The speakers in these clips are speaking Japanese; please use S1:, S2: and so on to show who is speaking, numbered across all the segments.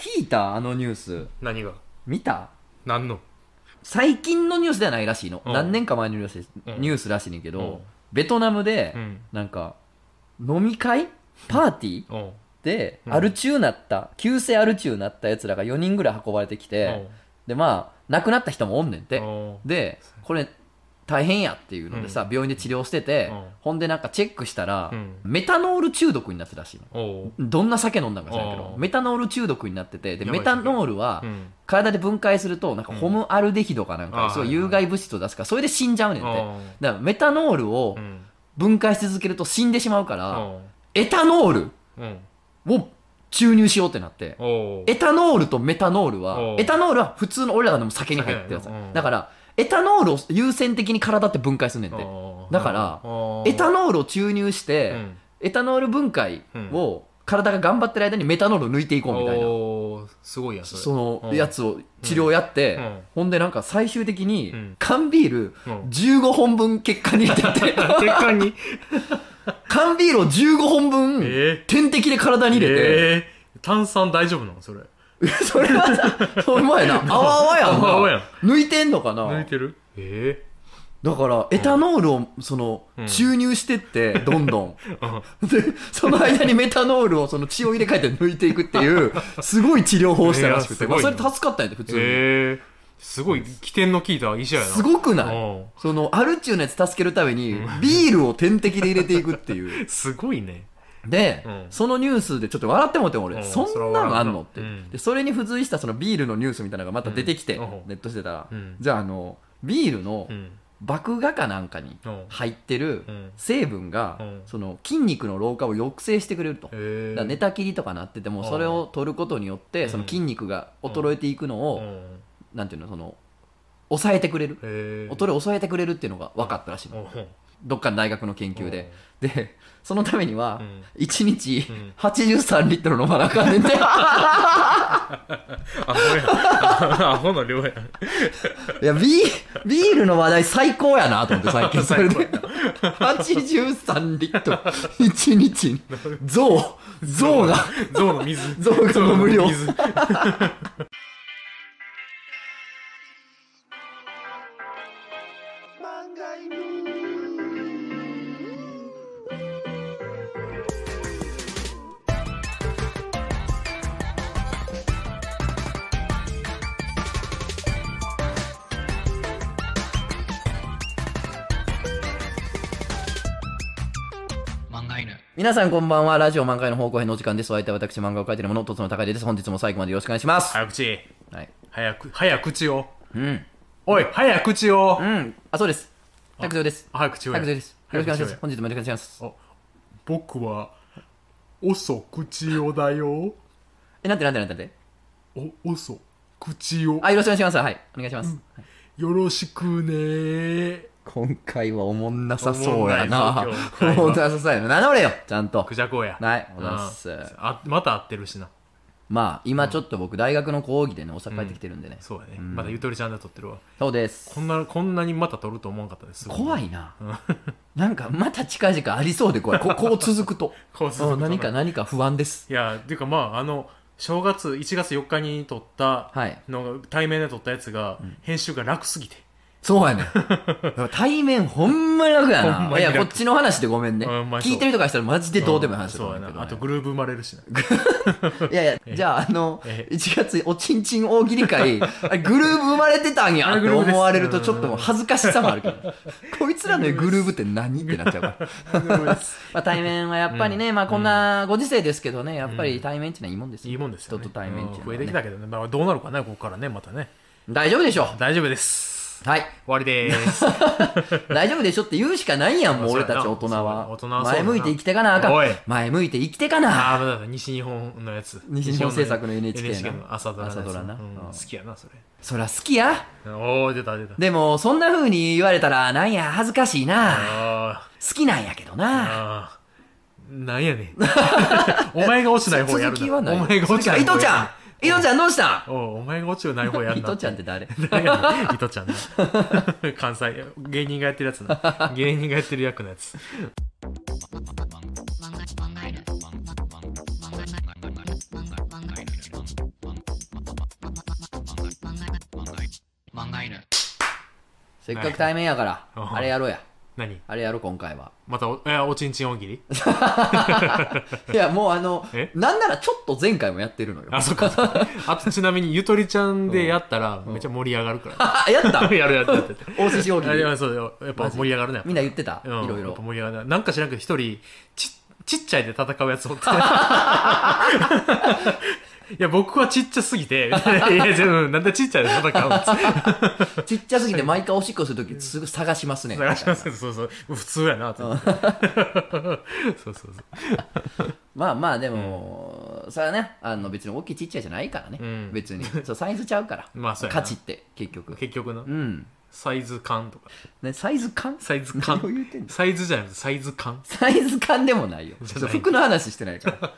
S1: 聞いたあのニュース
S2: 何が
S1: 見た？
S2: 何の
S1: 最近のニュースではないらしいの、
S2: うん
S1: 何年か前のニュースらしいねんけど、ベトナムでなんか飲み会パーティーでアル中なった急性アル中なったやつらが4人ぐらい運ばれてきて、でまあ亡くなった人もおんねんて。でこれ大変やっていうのでさ、病院で治療してて、ほんでなんかチェックしたら、メタノール中毒になってたらしいの。どんな酒飲んだか知らんけどメタノール中毒になってて、でメタノールは体で分解するとなんかホムアルデヒドかなんかすごい有害物質を出すから、それで死んじゃうねんて。だからメタノールを分解し続けると死んでしまうから、エタノールを注入しようってなって、エタノールとメタノールは、エタノールは普通の俺らが飲む酒に入ってるやつだからエタノールを優先的に体って分解すんねんて。だからエタノールを注入して、エタノール分解を体が頑張ってる間にメタノールを抜いていこうみたいな、
S2: すごいやつ
S1: そのやつを治療やって、ほんでなんか最終的に缶ビール15本分血管に入れてて、
S2: 血管に
S1: 缶ビールを15本分点滴で体に入れて、
S2: 炭酸大丈夫なのそれ？
S1: それはさ、それもやな、あわあわやんな。
S2: あわあわやん。
S1: 抜いてんのかな。
S2: 抜いてる？
S1: だからエタノールをその注入してってどんどん、でその間にメタノールをその血を入れ替えて抜いていくっていうすごい治療法をしたらしくて、まあそれ助かったんやで普通に。
S2: すごい起点の効いた医者やな。
S1: すごくない？そのアルチューのやつ助けるためにビールを点滴で入れていくっていう
S2: すごいね。
S1: で、そのニュースでちょっと笑ってもって俺、そんなのあんのって、でそれに付随したそのビールのニュースみたいなのがまた出てきて、ネットしてたら、じゃあビールの麦芽かなんかに入ってる成分がその筋肉の老化を抑制してくれると。だから寝たきりとかなっててもそれを取ることによってその筋肉が衰えていくのをなんていうの、その抑えてくれる、衰えを抑えてくれるっていうのが分かったらしいの、どっかの大学の研究で。でそのためには1日83リットル飲まなあかんねんて。
S2: アホの量や。
S1: いやビールの話題最高やなと思って最近。それで83リットル1日象
S2: の水
S1: 象が飲む量。皆さんこんばんは。ラジオ漫画の方向編のお時間です。お相手は私、漫画を描いている者、とつの高いです。本日も最後までよろしくお願いします。
S2: 早口。
S1: はい。
S2: 早口を。おい、早口を。
S1: あ、そうです。早口です。
S2: 早口を。
S1: 早口です。よろしくお願いします。本日もよろしくお願いします。
S2: 僕は、遅口をだよ。
S1: なんて。
S2: 遅口を。
S1: よろしくお願いします。はい。お願いします。
S2: よろしくねー。
S1: 今回はおもんなさそうやな。おもんなさそうやな。名乗れよ、ちゃんと。
S2: クジャコや。
S1: はい、おざっす。
S2: また会ってるしな。
S1: まあ、今ちょっと僕、大学の講義でね、大阪帰ってきてるんでね。
S2: そうやね。まだゆとりちゃんで撮ってるわ。
S1: そうです。
S2: こんなにまた撮ると思わなかったです。
S1: 怖いな。なんか、また近々ありそうで怖い。こう続くと。何か不安です。
S2: いや、っていうかまあ、正月、1月4日に撮ったのが、対面で撮ったやつが、編集が楽すぎて。
S1: そうやね。対面ほんまに楽やな。いや、こっちの話でごめんね。聞いてる人からしたらマジでどうでもいい話だと思うけど。
S2: あとグルーブ生まれるしな。
S1: いや、じゃあ1月おちんちん大喜利会、グルーブ生まれてたんやって思われるとちょっともう恥ずかしさもあるけど。こいつらのグルーブって何ってなっちゃうから。対面はやっぱりね、まあこんなご時世ですけどね、やっぱり対面ってのはいいもんですよ。
S2: いいもんですよ。
S1: 人と対面っていうのは。
S2: 増えてきたけどね。どうなるかね、ここからね、またね。
S1: 大丈夫でしょ。
S2: 大丈夫です。
S1: はい。
S2: 終わりでーす。
S1: 大丈夫でしょって言うしかないやん、もう俺たち大人は。前向いて生きてかなあかん。前向いて生きてかな。
S2: あ、まだ西日本のやつ。
S1: 西日本制作の NHK
S2: の朝ドラな。
S1: 好
S2: きやな、それ。
S1: そりゃ好きや。
S2: 出た。
S1: でも、そんな風に言われたら、なんや、恥ずかしいな。好きなんやけどな。
S2: なんやねん。お前が落ちない方やるな。お前が落ちない方やるな。
S1: 伊藤ちゃんどうしたん？
S2: お前が落ちない方やるな。
S1: 伊藤ちゃんって誰？伊
S2: 藤ちゃんね。関西、芸人がやってるやつな。芸人がやってる役のやつ。
S1: せっかく対面やからあれやろうや。
S2: 何
S1: あれやろ今回は。
S2: またおちんちん大喜利
S1: いやもうなんならちょっと前回もやってるのよ。
S2: あ、そっか。あとちなみにゆとりちゃんでやったらめっちゃ盛り上がるから、
S1: あ、やった
S2: やる
S1: 大獅子大喜利。
S2: いや、そうよ、やっぱ盛り上がるね。
S1: みんな言ってた、いろいろ。
S2: やっぱ盛り上がる。なんか知らんけど一人ちっちゃいで戦うやつおっていや僕はちっちゃすぎていやなんでちっちゃいで戦う
S1: ちっちゃすぎて毎回おしっこするときすぐ探しますね。
S2: 探しますね。そうそう、普通やなってそうそうそう
S1: まあまあでも、それはね別に大きいちっちゃいじゃないからね、別にそうサイズちゃうから、
S2: まあそうや
S1: 価値って結局
S2: な、サイズ感とか
S1: ね、サイズ感
S2: サイズ感サイズじゃなくてサイズ感
S1: サイズ感でもないよ。服の話してないから、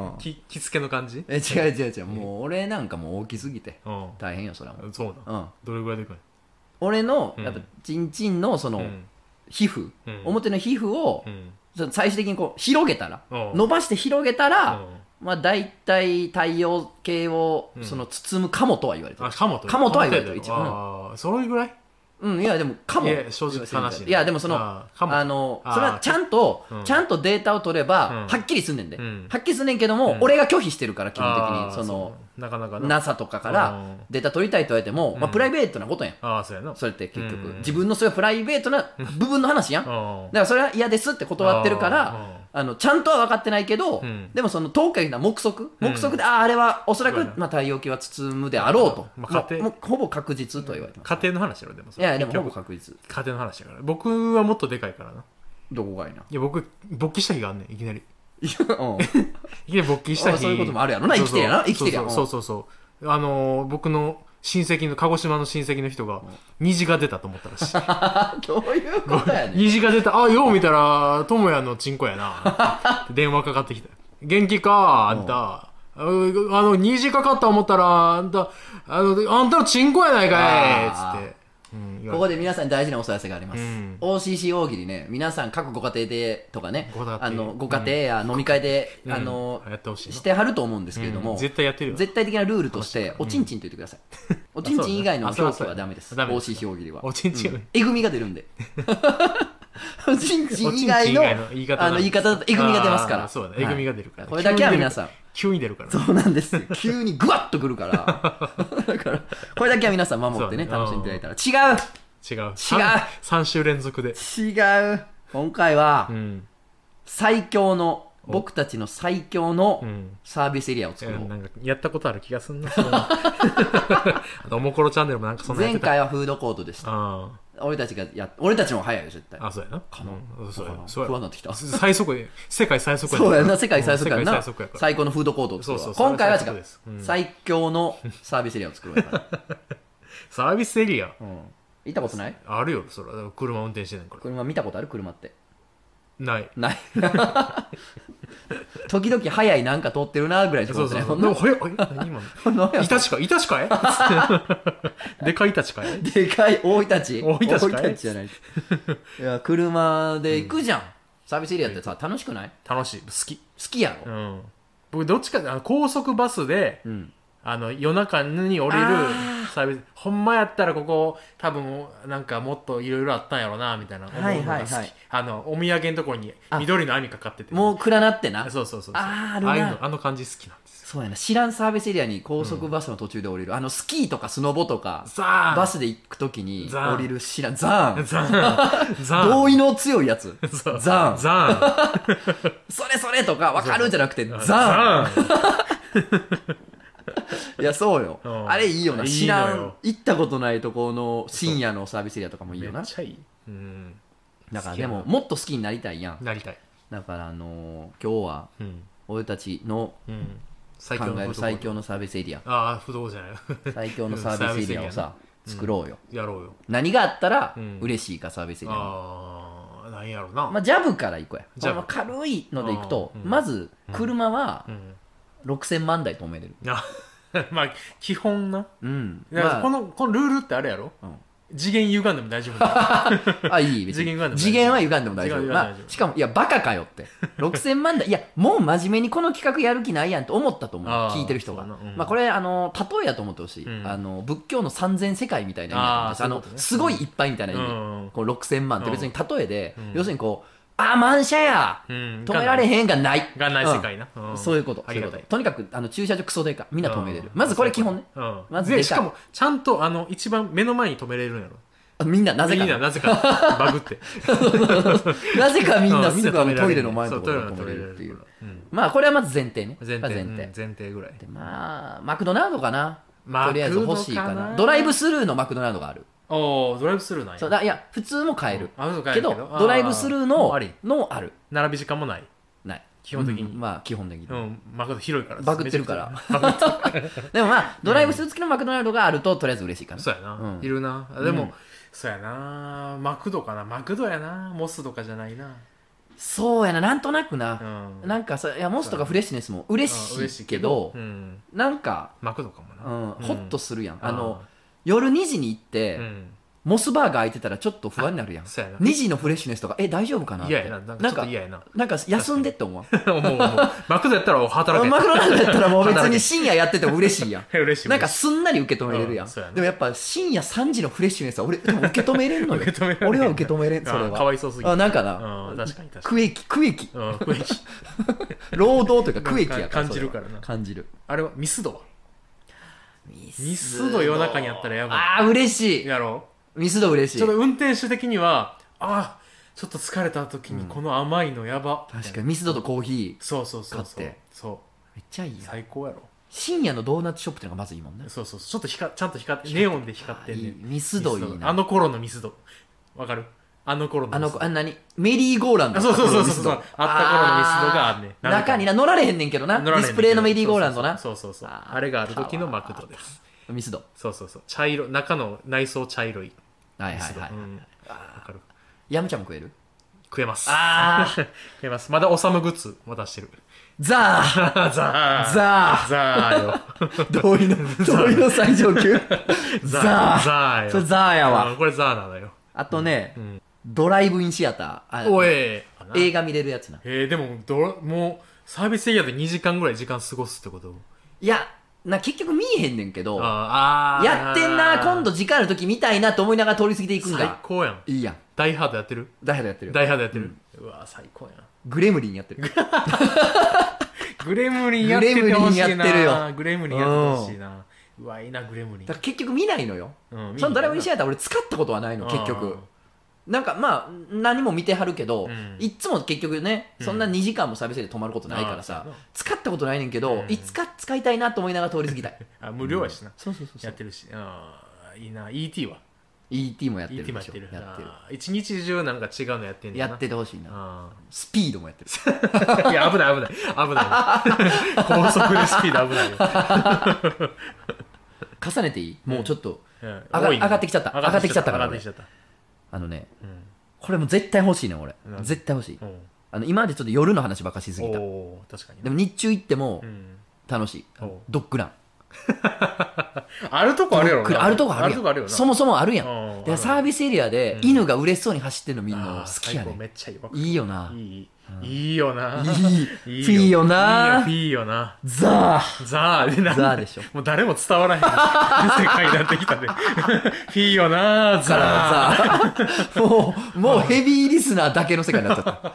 S2: 着付けの感じ
S1: 違う、もう俺なんかもう大きすぎて大変よそれはもう。
S2: そうな、どれぐらいでかい？
S1: 俺のやっぱチンチンのその皮膚、表の皮膚を最終的にこう広げたら、伸ばして広げたら、まあ大体太陽系をその包むかもとは言われてる。
S2: かもと
S1: は言われてる一応。
S2: それぐらい？
S1: いやでもかも。
S2: 正直話。
S1: いやでもそれはちゃんとデータを取ればはっきりすんねんで。はっきりすんねんけども、俺が拒否してるから基本的にその
S2: なかなか
S1: NASA とかからデータ取りたいと言われても、まあプライベートなことやん。
S2: そうやな。
S1: それって結局自分のそういうプライベートな部分の話やん。だからそれは嫌ですって断ってるから。ちゃんとは分かってないけど、でもその遠くから目測で、あれはおそらく太陽系は包むであろうと、ほぼ確実と言われてます。
S2: 家庭の話やろでも。
S1: いやでもほぼ確実。
S2: 家庭の話だから。僕はもっとでかいからな。
S1: どこがいいな。
S2: いや僕勃起した日があんねん、いきなり。いきなり勃起した日。
S1: そういうこともあるやろな。生きてるやな。生きてるやん。
S2: そう僕の親戚の鹿児島の親戚の人が虹が出たと思ったらしい。
S1: どういうことやねん。
S2: 虹が出た。よう見たら智也のチンコやな。電話かかってきた。元気かあんた。虹かかった思ったらあんたのチンコやないかいつって。
S1: ここで皆さんに大事なお知らせがあります。OCC 大喜利ね、皆さん各ご家庭でとかね、ご家庭や飲み会でしてはると思うんですけれども、
S2: 絶対やってるよ。
S1: 絶対的なルールとしておちんちんと言ってください。おちんちん以外の表記はダメです。OCC 大喜利は。
S2: おちんちん
S1: えぐみが出るんで。おちんちん以外の言い方だとえぐみが出ますから。
S2: そうだ、えぐみが出るから。
S1: これだけは皆さん
S2: 急に出るから。
S1: そうなんですよ。急にグワッとくるから。だからこれだけは皆さん守ってね、楽しんでいただいたら。違う。
S2: 3週連続で
S1: 違う。今回は最強の僕たちの最強のサービスエリアを作ろう。
S2: なんかやったことある気がすんな。おもころチャンネルもなんかそんなやってた。
S1: 前回はフードコートでした。俺たちも早いよ絶対。
S2: そうやな。
S1: そうや。不安になってきた。
S2: 最速で世界最速や。
S1: そうやな、世界最速やな。最高のフードコートを作ろう。今回は違う。最強のサービスエリアを作ろう。
S2: サービスエリア。
S1: 行ったことない？
S2: あるよ、それ。車運転してないから。
S1: 車見たことある？車って。
S2: ない。
S1: 時々早いなんか通ってるなぐらいしか思ってない。
S2: でも早い。今。イタチかいでかいイタチかい
S1: でかい大イタチ
S2: 大イタチ
S1: じゃない。いや、車で行くじゃん。サービスエリアってさ、楽しくない？
S2: 楽しい。好
S1: きやろ？
S2: 僕、どっちか高速バスで、夜中に降りるサービス、ほんまやったらここ多分なんかもっといろいろあったんやろなみたいな思うのが好き。お土産のところに緑の網かかってて、
S1: もう暗なってな。
S2: そう
S1: あるな。
S2: あの感じ好きなんですよ。
S1: そうやな。知らんサービスエリアに高速バスの途中で降りる、スキーとかスノボとかバスで行くときに降りるザーン同意の強いやつ。ザーンそれとか分かるんじゃなくてザーンいやそうよ、あれいいよな。知らん、行ったことないところの深夜のサービスエリアとかもいいよな。
S2: めっちゃいい。
S1: だからでももっと好きになりたいやん。
S2: なりたい。
S1: だから今日は俺たちの考える最強のサービスエリア、
S2: 不動じゃない
S1: 最強のサービスエリアをさ作ろうよ。
S2: やろうよ。
S1: 何があったら嬉しいかサービスエリア。
S2: 何やろうな。
S1: まあジャブからいこうや。軽いのでいくと、まず車は6000万台止めれる。
S2: まあ基本な。このルールってあれやろ。 次元歪んでも大丈夫だ。
S1: あ、いい、別に。次元は歪んでも大丈夫。まあ、しかも、いや、バカかよって。6000万台、いや、もう真面目にこの企画やる気ないやんと思ったと思う。聞いてる人が。まあ、これ、例えやと思ってほしい。仏教の3000世界みたいな意味だと思うんです。すごいいっぱいみたいな意味。こう6000万って別に例えで、要するにこう、満車や、止められへんがない。
S2: がない世界な。
S1: そういうこと。とにかく、駐車場クソでか。みんな止めれる。まずこれ基本ね。
S2: まずで、しかも、ちゃんと、一番目の前に止めれるんやろ。
S1: みんな、なぜか。
S2: みんな、なぜか、バグって。
S1: なぜかみんなすぐトイレの前のところで止めれるっていう。まあ、これはまず前提ね。
S2: 前提ぐらい。
S1: まあ、マクドナルドかな。とりあえず欲しいかな。ドライブスルーのマクドナルドがある。
S2: ドライブスルーなんや。
S1: そうだ、いや、普通も買える。けど、ドライブスルーのある。
S2: 並び時間もない。
S1: ない。
S2: 基本的に。
S1: まあ、基本的に。
S2: マクド広いから。
S1: バグってるから。でもまあ、ドライブスルー付きのマクドナルドがあると、とりあえず嬉しいかな。
S2: そうやな。いるな。でも、そうやな。マクドかな。マクドやな。モスとかじゃないな。
S1: そうやな、なんとなくな。なんかさ、いや、モスとかフレッシュネスも嬉しいけど、なんか、
S2: マクドかもな。
S1: ホッとするやん。夜2時に行って、モスバーガー開いてたらちょっと不安になるやん。2時のフレッシュネスとか、大丈夫かなって。
S2: 嫌やな。なんか嫌やな。
S1: なんか休んでって思う。
S2: マクドやったら働け。
S1: マクドナルドやったらもう別に深夜やってても嬉しいやん。
S2: 嬉しい。
S1: なんかすんなり受け止めれるやん。でもやっぱ深夜3時のフレッシュネスは俺、でも受け止めれるのよ。俺は受け止めれん、それは。
S2: かわいそうすぎる。
S1: なんかな。
S2: 確かに確かに。
S1: 区域。労働というか区域や
S2: から。感じるからな。
S1: 感じる。
S2: あれはミスドはミスド夜中にやったらやばい。
S1: ああ、嬉しい。
S2: やろ
S1: ミスド嬉しい。
S2: ちょっと運転手的には、ちょっと疲れた時にこの甘いのやば。
S1: 確かにミスドとコーヒー
S2: 買
S1: って。
S2: そう。
S1: めっちゃいいやん。
S2: 最高やろ。
S1: 深夜のドーナツショップってのがまずいいもんね。
S2: そう。ちょっとちゃんと光って、ネオンで光ってんね。
S1: ミスドいいな。
S2: あの頃のミスド。わかる？あの頃のミスド。
S1: メリーゴーランド。
S2: そう。あった頃のミスドがあんね。
S1: 中に乗られへんねんけどな。ディスプレイのメリーゴーランドな。
S2: そう。あれがある時のマクドです。
S1: ミスド。
S2: そう。茶色、中の内装茶色い。
S1: はい。
S2: わかる。
S1: ヤムチャも食える？
S2: 食えます。食えます。まだオサムグッズも出してる。
S1: ザ
S2: ーよ。
S1: 同意の最上級ザーよ。それザーやわ。
S2: これザーなのよ。
S1: あとね、ドライブインシアター。映画見れるやつな。
S2: でも、もう、サービスエリアで2時間ぐらい時間過ごすってこと？
S1: いや、結局見えへんねんけど、やってんな、今度時間ある時見たいなと思いながら通り過ぎていくんだ。
S2: 最高やん。
S1: いいやん。
S2: ダイハードやってる？
S1: ダイハードやってる。
S2: うわ、最高やん。
S1: グレムリンやってる。
S2: グレムリンやっててほしいな。グレムリンやってほしいな。うわ、いいな、グレムリン。
S1: だから結局見ないのよ。そのドライブインシアター俺使ったことはないの、結局。なんかまあ、何も見てはるけど、いっつも結局ね、そんな2時間もサービスで泊まることないからさ、使ったことないねんけど、いつか使いたいなと思いながら通り過ぎたい。
S2: 無料やしな。
S1: そう。
S2: やってるし。いいな。ET は
S1: ？ET もやってる。
S2: ET もやってる。一日中なんか違うのやってんねんな。
S1: やっててほしいな。スピードもやってる。
S2: いや、危ない。高速でスピード危ないよ。
S1: 重ねていい？もうちょっと上がってきちゃったからこれも絶対欲しいね俺。絶対欲しい。今までちょっと夜の話ばっかしすぎた。
S2: 確かに。
S1: でも日中行っても楽しい。ドッグラン。
S2: あるとこあるやろな。
S1: あるとこあるやん。そもそもあるやん。でサービスエリアで犬が嬉しそうに走ってるの見るの好きやね。
S2: めっちゃいいわ。
S1: いいよな。
S2: いいよな。
S1: いいよな。
S2: いいよな。
S1: ザー
S2: でしょ。もう誰も伝わらへん世界になってきたで。いいよな。ザ
S1: ー。もうヘビーリスナーだけの世界になっちゃった。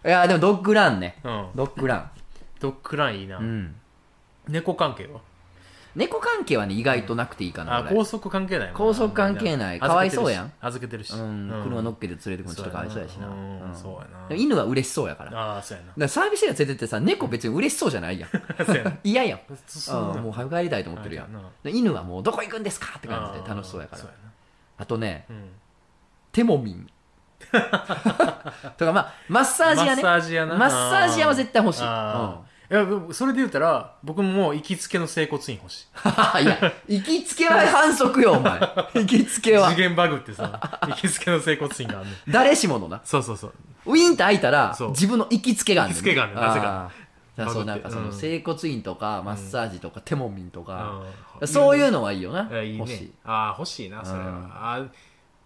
S1: いやでもドッグランね。ドッグラン
S2: いいな。猫関係は？
S1: 猫関係はね意外となくていいかな。
S2: 高速関係ない。
S1: 高速関係ない。かわいそうやん。
S2: 預けてるし。
S1: 車乗っけて連れてくのちょっとかわいそうやしな。
S2: そうやな。
S1: 犬は嬉しそうやから。
S2: そうやな。
S1: だからサービスエリア連れてってさ、猫別に嬉しそうじゃないやん。嫌やん。もう早く帰りたいと思ってるやん。犬はもうどこ行くんですかって感じで楽しそうやから。あとね、テモミン。とかまあマッサージ屋ね。マッサージ屋は絶対欲しい。
S2: いや、それで言ったら、僕も行きつけの整骨院欲し
S1: い。いや、行きつけは反則よ、お前。行きつけは。
S2: 次元バグってさ、行きつけの整骨院があるね。
S1: 誰しものな。
S2: そう。
S1: ウィンって開いたら、自分の行きつけがあるね。
S2: 行きつけがあるね、なぜか。
S1: そう、なんかその整骨院とか、マッサージとか、テモミンとか、そういうのはいいよな。
S2: 欲しい。欲しいな、それは。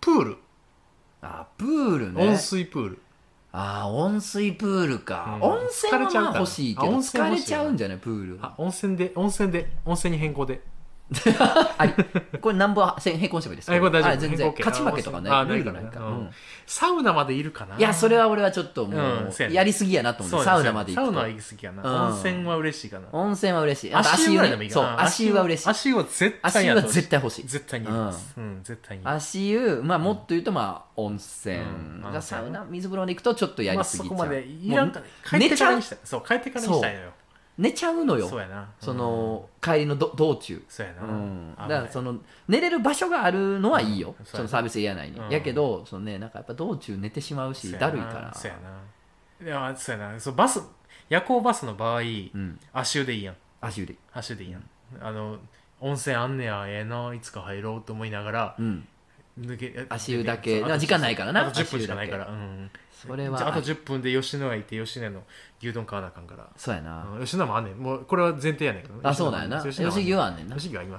S2: プール。
S1: プールね。
S2: 温水プール。
S1: 温水プールか。温泉はまあ欲しいけど、疲れちゃうんじゃないプール。
S2: 温泉に変更で。
S1: あり。これ何本並行してもいいですか？
S2: これ大丈夫。
S1: 全然。勝ち負けとかね、ルールないか。
S2: サウナまでいるかな。
S1: いや、それは俺はちょっともう、やりすぎやなと思って、サウナまで行くと。
S2: サウナは行きすぎやな。温泉は嬉しいかな。
S1: 温泉は嬉しい。
S2: 足湯ぐらいでもいいかな。
S1: そう、足湯は嬉しい。
S2: 足湯は絶対
S1: 欲しい。
S2: 絶対にいります。絶対に。
S1: 足湯、まあもっと言うとまあ温泉。サウナ、水風呂に行くとちょっとやりすぎちゃう。
S2: そこまでいらんかね。帰ってからにしたい。そう、帰ってからにしたいのよ。
S1: 寝ちゃうのよ。
S2: そうやな。
S1: 帰りの道中。
S2: そうやな。
S1: だから寝れる場所があるのはいいよ。そのサービスエリア内に。やけど、なんかやっぱ道中寝てしまうし、だるいから。
S2: そうやな。いや、そうやな。夜行バスの場合、足湯でいいやん。
S1: 足湯で
S2: いいやん。温泉あんねや、いつか入ろうと思いながら、
S1: 足湯だけ。時間ないからな。
S2: あと10分しかないから。
S1: それは
S2: あと10分で吉野家行って吉野家の牛丼買わなあかんから。
S1: そうやな。
S2: 吉野もあんねん。もうこれは前提やねんけど。
S1: そうなんやな。吉牛はあんねんな。
S2: 吉牛あります。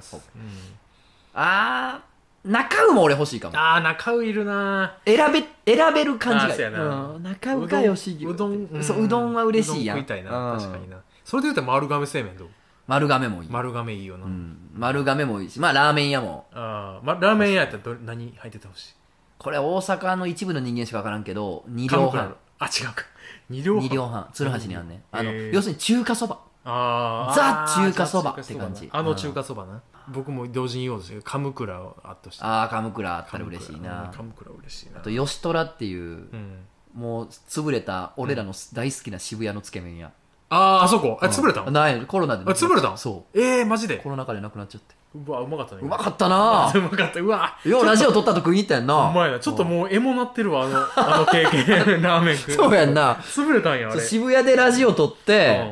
S1: 中尾も俺欲しいかも。
S2: 中尾いるな。
S1: 選べる感じがいい。中尾か吉牛。うどんは嬉しいやん。
S2: 食いたいな。確かにな。それで言うと丸亀製麺どう？
S1: 丸亀もいい。
S2: 丸亀いいよな。
S1: 丸亀もいいし、まあラーメン屋も。
S2: ラーメン屋やったら何入っててほしい？
S1: これ大阪の一部の人間しか分からんけど、2両半。
S2: 違うか。2両半。
S1: 鶴橋にあんねん。要するに中華そば。ザ中華そばって感じ。
S2: 中華そばな。僕も同時に言おうとしてカムクラをあっとして。
S1: カムクラあったら嬉しいな。
S2: カムクラ嬉しいな。
S1: あと吉虎っていう、もう潰れた俺らの大好きな渋谷のつけ麺屋。
S2: あそこ潰れたの？
S1: ないコロナで。
S2: 潰れたの？
S1: そ
S2: う。マジで？
S1: コロナ禍でなくなっちゃって。
S2: うわ、うまかったね。
S1: うまかったな。
S2: うまかった。うわ。
S1: ようラジオ撮ったと食いに行ったやんな。
S2: お前な。ちょっともうエモなってるわ、あの経験。ラーメン食う。
S1: そうやんな。
S2: 潰れたんや、あれ。
S1: 渋谷でラジオ撮って、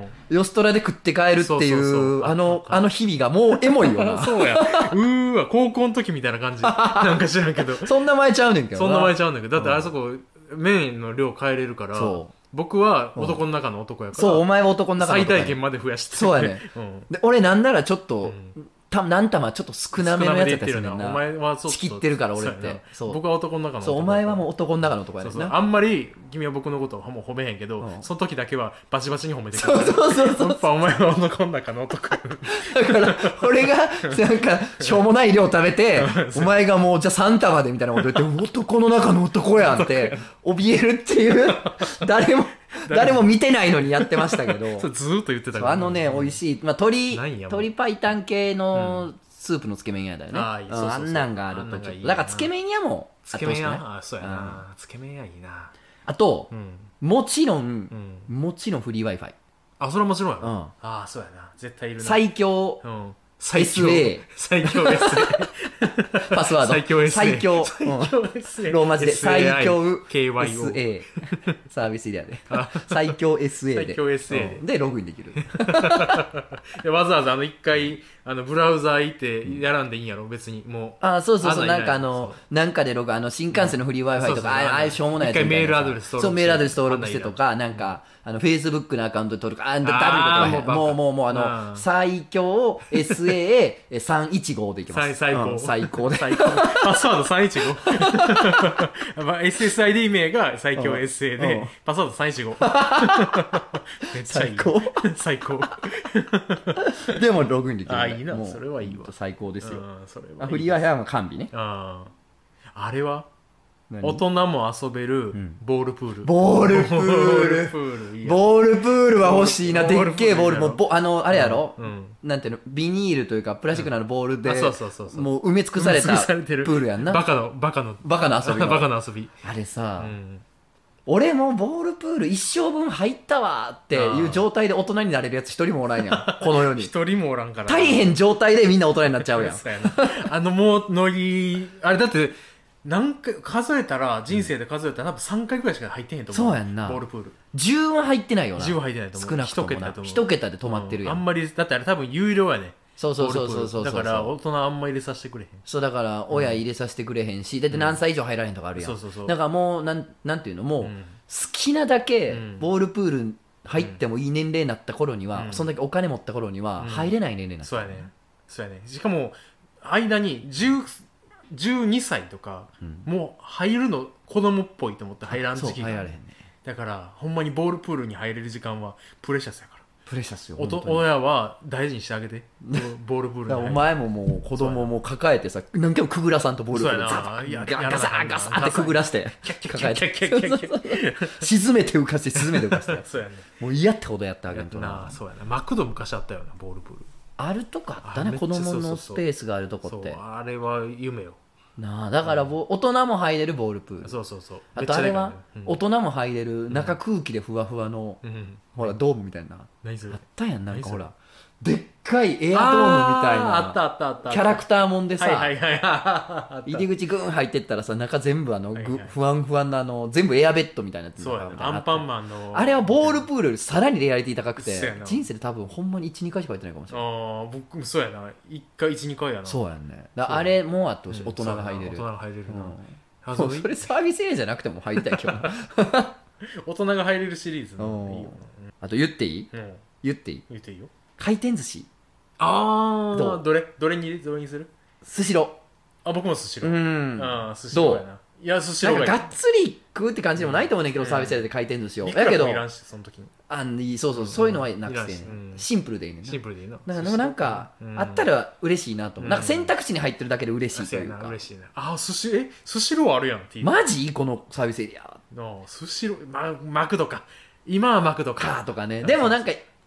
S1: ヨストラで食って帰るっていう、あの日々がもうエモいよな。
S2: そうや。高校の時みたいな感じ。なんか知らんけど。
S1: そんな前ちゃうねんけど
S2: そんな前ちゃうんだけど。だってあそこ、麺の量変えれるから。僕は男の中の男やから。
S1: そう、お前は男の中の
S2: 男。最大限まで増やして。
S1: そうやね。で、俺なんならちょっと、何玉ちょっと少なめのやつやったりするんだ。
S2: お前はそう。
S1: 仕切ってるから俺って。
S2: 僕は男の中の男。
S1: そう、お前はもう男の中の男やねんな。
S2: あんまり君は僕のことをもう褒めへんけど、その時だけはバチバチに褒めてく
S1: る。そう。
S2: やっぱお前は男の中の男。
S1: だから俺がなんかしょうもない量食べて、お前がもうじゃあ3玉でみたいなこと言って、男の中の男やんって怯えるっていう、誰も見てないのにやってましたけど。
S2: ずーっと言ってた
S1: から美味しい。鶏白湯系のスープのつけ麺屋だよね。あんなんがあるとちょっと。だからつけ麺屋も
S2: つけ麺屋そうやな。つけ麺屋いいな。
S1: あと、もちろんフリー Wi-Fi。
S2: それはもちろんや。そうやな。絶対いるな。
S1: 最強。
S2: SA。最強 SA。
S1: パスワード。
S2: 最強 SA。
S1: 最強。ローマ字で最強
S2: KYO。
S1: サービスエリアで。最強 SA で。
S2: 最強 SA
S1: でログインできる。
S2: わざわざ一回、ブラウザー行ってやらんでいいんやろ、別に。もう。
S1: そう。なんかなんかでログ、新幹線のフリー Wi-Fi とか、ああいうしょうもないやつ。
S2: 一回メールアドレス
S1: 登録して。そう、メールアドレス登録してとか、なんか、Facebook のアカウント登録、もう、最強 SA315 でいきます。
S2: 最高。
S1: 最高で。
S2: パスワード315。SSID 名が最強 SA で、パスワード315。めっちゃいい。最高。
S1: でもログインできる。
S2: いいな。それはいいわ。
S1: 最高ですよ。フリー Wi-Fi は完備ね。
S2: あれは大人も遊べるボールプール。
S1: ボールプールは欲しいな。でっけえボールも、あれやろ、なんていうの、ビニールというかプラスチックのボールで、もう埋め尽くされたプールやんな。
S2: バカの遊び。
S1: あれさ、俺もボールプール一生分入ったわっていう状態で大人になれるやつ一人もおらんやん。この世に。
S2: 一人もおらんから。
S1: 大変状態でみんな大人になっちゃうやん。
S2: もうノリ、あれだって、何回数えたら、人生で数えたら多分3回ぐらいしか入ってへんと思う。
S1: そうやんな。
S2: ボールプール。
S1: 10は入ってないよな。
S2: 10は入ってないと思う。
S1: 少なくともな。1桁で止まってるやん。
S2: あんまり、だってあれ多分有料やね。
S1: そう。
S2: だから大人あんま入れさせてくれへん。
S1: そう、だから親入れさせてくれへんし、だって何歳以上入らへんとかあるやん。
S2: そう。
S1: だからもう、なんていうの、もう、好きなだけボールプール入ってもいい年齢になった頃には、そんだけお金持った頃には入れない年齢になった。
S2: そうやね。しかも、間に10 12歳とか、もう入るの子供っぽいと思って入らん時期がある。だからほんまにボールプールに入れる時間はプレシャスやから。
S1: プレシャスよ。
S2: 親は大事にしてあげて、ボールプールに
S1: お前ももう子供も抱えてさ、何回もくぐらさんとボールプールガサーガサーってくぐらして抱えて沈めて浮かして沈めて浮かして
S2: そうやね。
S1: もう嫌ってほどやってあげんと
S2: な。そうやな。マクド昔あったよな、ボールプール。
S1: あるとかあったね、子供のスペースがあるとこって。
S2: あれは夢よ
S1: なあ。だから大人も入れるボールプール。
S2: そうそうそう。
S1: あとあれは大人も入れる中空気でふわふわのほらドームみたいなあったやん。なんかほらでっかいエアドームみたいな、
S2: あったあったあった、
S1: キャラクターもんでさ、
S2: 入
S1: り口グーン入ってったらさ、中全部ふわんふわんな全部エアベッドみたいなやつ。
S2: そうやね、アンパンマンの
S1: あれはボールプールよりさらにレアリティ高くて、人生で多分ほんまに 1,2 回しか入ってないかもしれない。
S2: ああ、僕もそうやな、1回 1,2 回やな。
S1: そうやんね。あれもあってほしい、大人が入れる。
S2: 大人が入れるな。
S1: それサービスエリアじゃなくても入りたいけど
S2: 大人が入れるシリーズの。
S1: あと言っていい？言っていい？
S2: 言っていいよ。
S1: 回転寿司。
S2: ああ、どれにする？
S1: スシロー。
S2: あ、僕もスシロー。ああ、スシローやな。いや、スシロー
S1: がっつり食うって感じでもないと思うねんけど、サービスエリアで回転寿司を。
S2: やけど、
S1: そういうのはなくて、シンプルでいいねんな。
S2: シンプルでいいな。
S1: だからなんかあったら嬉しいなと思う。なんか選択肢に入ってるだけで嬉しいというか。
S2: 嬉しいな。あ、スシローあるやんっていう。
S1: マジこのサービスエリア。
S2: スシロー、マクドか。今はマクドか。
S1: とかね。でもなんか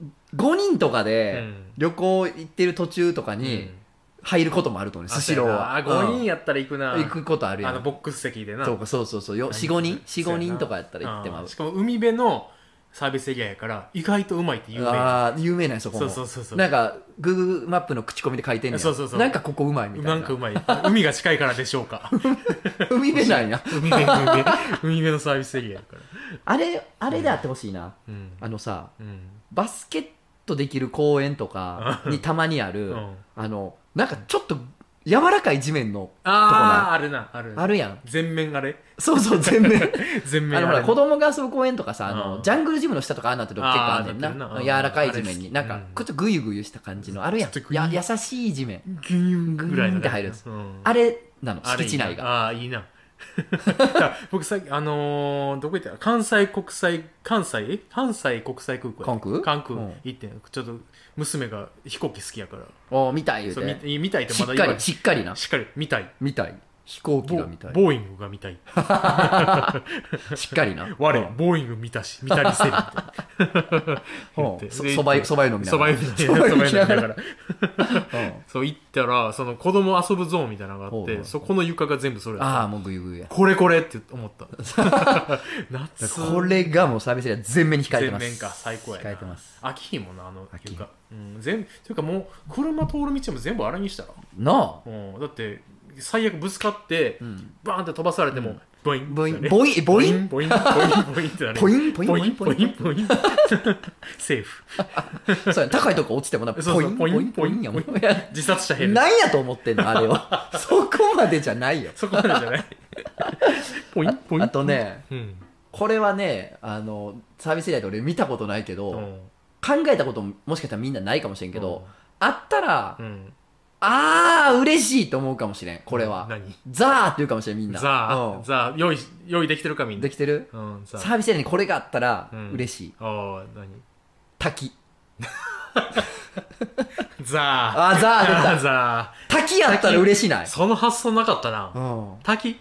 S1: 5人とかで旅行行ってる途中とかに入ることもあると思う、スシローは。
S2: 5人やったら行くな。
S1: 行くことあるやん。
S2: ボックス席でな。
S1: そうそうそう、4,5 人とかやったら行ってまう。
S2: しかも海辺のサービスエリアやから意外とうまいって有名。
S1: ああ、有名なんや、そこも。
S2: そう
S1: なんか Google マップの口コミで書いてんねん。なんかここうまいみたいな。
S2: なんかうまい。海が近いからでしょうか。
S1: 海辺なんや。
S2: 海辺のサービスエリアやから。
S1: あれであってほしいな。さ、バスケットできる公園とかにたまにある、なんかちょっと柔らかい地面のとこ
S2: あ
S1: るやん。
S2: 全面あれ。
S1: そう全面
S2: ほ
S1: ら子供が遊ぶ公園とかさ、ジャングルジムの下とかあんなってとこ結構あんねんな。柔らかい地面になんかちょっとグユグユした感じのあるやん。優しい地面
S2: グーン
S1: って入るやつ。あれなの、敷地内が。
S2: ああ、いいな。僕さっきどこ行ったら関西国際空港関空行ってちょっと娘が飛行機好きやから
S1: 見たい言うて
S2: 見たいってまだ言わない。
S1: しっかり
S2: 見たい
S1: 飛行機が見たい。
S2: ボーイングが見たい。
S1: しっかりな。
S2: ボーイング見たりせるって。
S1: そば湯飲みながら。
S2: そう行ったら、その子供遊ぶゾーンみたいなのがあって、そこの床が全部それだった。
S1: ああ、もうグユグユや。
S2: これって思った。
S1: これがもうサービスエリア全面に控えてます。
S2: 全面か、最高やな。
S1: 控えてます。
S2: 飽きひんもんな、床。というかもう、車通る道も全部あれにしたら。
S1: なあ。
S2: だって、最悪ぶつかってバーンって飛ばされてもボイン
S1: ボインってなる。
S2: ポインセーフ。
S1: そうや、高いとこ落ちてもな、ポインやもん。
S2: 自殺者減る。
S1: 何やと思ってんのあれは。そこまでじゃないよ。
S2: そこまでじゃない。
S1: あとね、これはね、サービスエリアで俺見たことないけど、考えたことももしかしたらみんなないかもしれんけど、あったら嬉しいと思うかもしれん。これはザーって言うかもしれん、みんな。
S2: ザー用意できてるか、みんな
S1: できてる。サービスエリアにこれがあったら嬉しい。滝。
S2: ザ
S1: ー滝やったら嬉しない？
S2: その発想なかったな。滝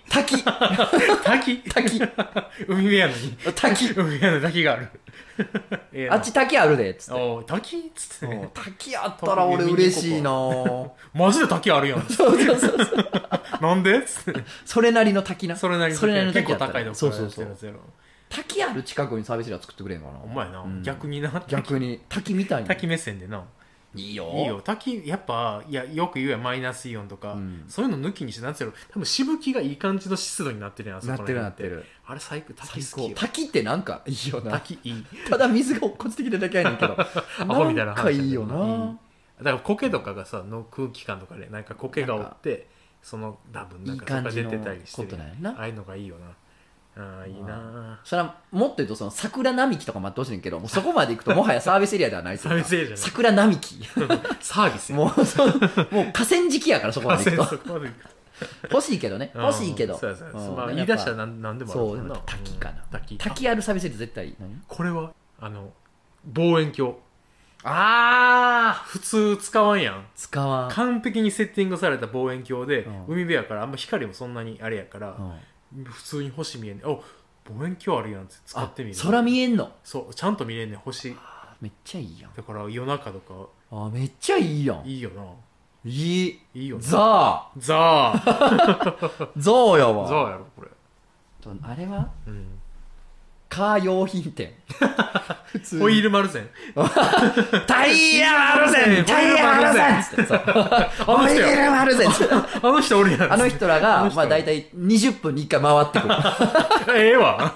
S2: 海辺やのに海辺の滝がある。
S1: あっち滝あるでっつって。
S2: 滝っつって。
S1: 滝あったら俺嬉しいな。
S2: マジで滝あるやん。
S1: そう
S2: なんでっつって。
S1: それなりの滝な。
S2: それなりの滝。結構高いの。
S1: そう滝ある近くにサービスエリア作ってくれんかな。
S2: お前な、逆に
S1: 滝みたいな。
S2: 滝目線でな。いいよ。滝やっぱよく言うやん、マイナスイオンとか、そういうの抜きにして、なんつうの、多分しぶきがいい感じの湿度になってるやん。
S1: なってる。
S2: あれ最高。滝好きよ。
S1: 滝ってなんかいいよな。
S2: 滝いい。
S1: ただ水が落っこちてきてるだけやねんけど、なんかいいよな。
S2: だから苔とかがさの空気感とかでなんか苔がおって、その多分なんかそこが出てたりしてる。ああいうのがいいよな。いいな。
S1: それはもっと言うとその桜並木とかもあってほしいんけど、もうそこまで行くともはやサービスエリアではないというか、桜並木
S2: サービス
S1: もう河川敷やから、そこまで行くと欲しいけどね、欲しいけど、
S2: そうやそうや、まあ言い出したら何でもある
S1: そう、滝かな、滝あるサービスエリア絶対
S2: これは望遠鏡。普通使わんやん。
S1: 使わん。
S2: 完璧にセッティングされた望遠鏡で、海辺やからあんま光もそんなにあれやから、普通に星見えんねん。お、望遠鏡あるやんって使ってみる。
S1: 空見えんの？
S2: そう、ちゃんと見れんねん、星。
S1: めっちゃいいやん。
S2: だから夜中とか。
S1: めっちゃいいやん。
S2: いいよな。
S1: いい
S2: よな。
S1: ザー
S2: ザー
S1: やわ。
S2: ザーやろこれ。
S1: あれはカー用品店。
S2: 普通ホイール丸線。
S1: タイヤ丸線、タイヤ丸線。ホイール丸線。
S2: あの人おるやん。
S1: あの人らがまあ大体20分に1回回ってくる。
S2: ええわ。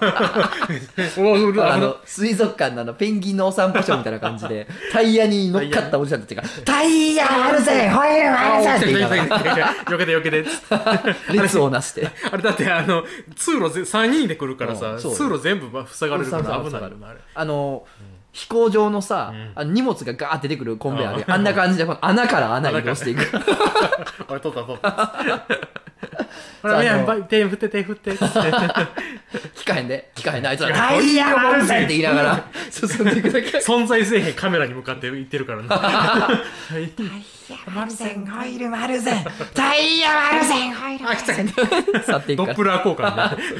S1: 水族館のペンギンのお散歩ショーみたいな感じでタイヤに乗っかったおじさんたちがタイヤ丸線、ホイール丸線って言いながら
S2: よけてよけて
S1: 列をなして。
S2: あれだって通路3人で来るからさ、通路全部塞がれるから危ないよな、あれ。
S1: 飛行場のさ、荷物がガーって出てくるコンベヤーであんな感じで穴から穴に移動していく。
S2: 俺取ったほら手振って聞
S1: かへんであいつらタイヤ丸線って言いながら進んでいくだけ。
S2: 存在せえへんカメラに向かって言ってるからな。
S1: タイヤ丸線、ホイール丸線、タイヤ丸線、ホイール丸線。去っていくから。
S2: ドップラー効果になる。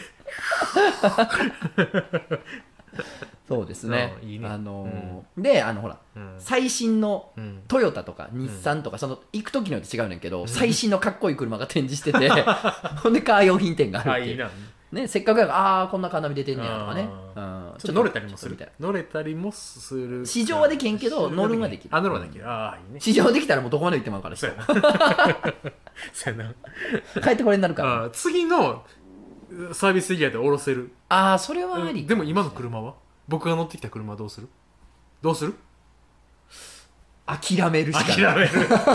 S1: そうですね。でほら最新のトヨタとか日産とか行く時によって違うねんけど、最新のかっこいい車が展示してて、ほんでカー用品店があるっていうね。せっかくやからこんなカーナビ出てんねやとかね。
S2: ちょっと乗れたりもする。乗れたりもする。
S1: 試乗はできへんけど乗るんはできる。
S2: 乗るはできる。いいね。
S1: 試乗できたらもうどこまで行ってもらうから。そう
S2: やな。
S1: 帰ってこれになるから。
S2: 次のサービスエリアで降ろせる。
S1: それはあり。
S2: でも今の車は僕が乗ってきた車はどうする
S1: 諦めるしかない。
S2: 諦める。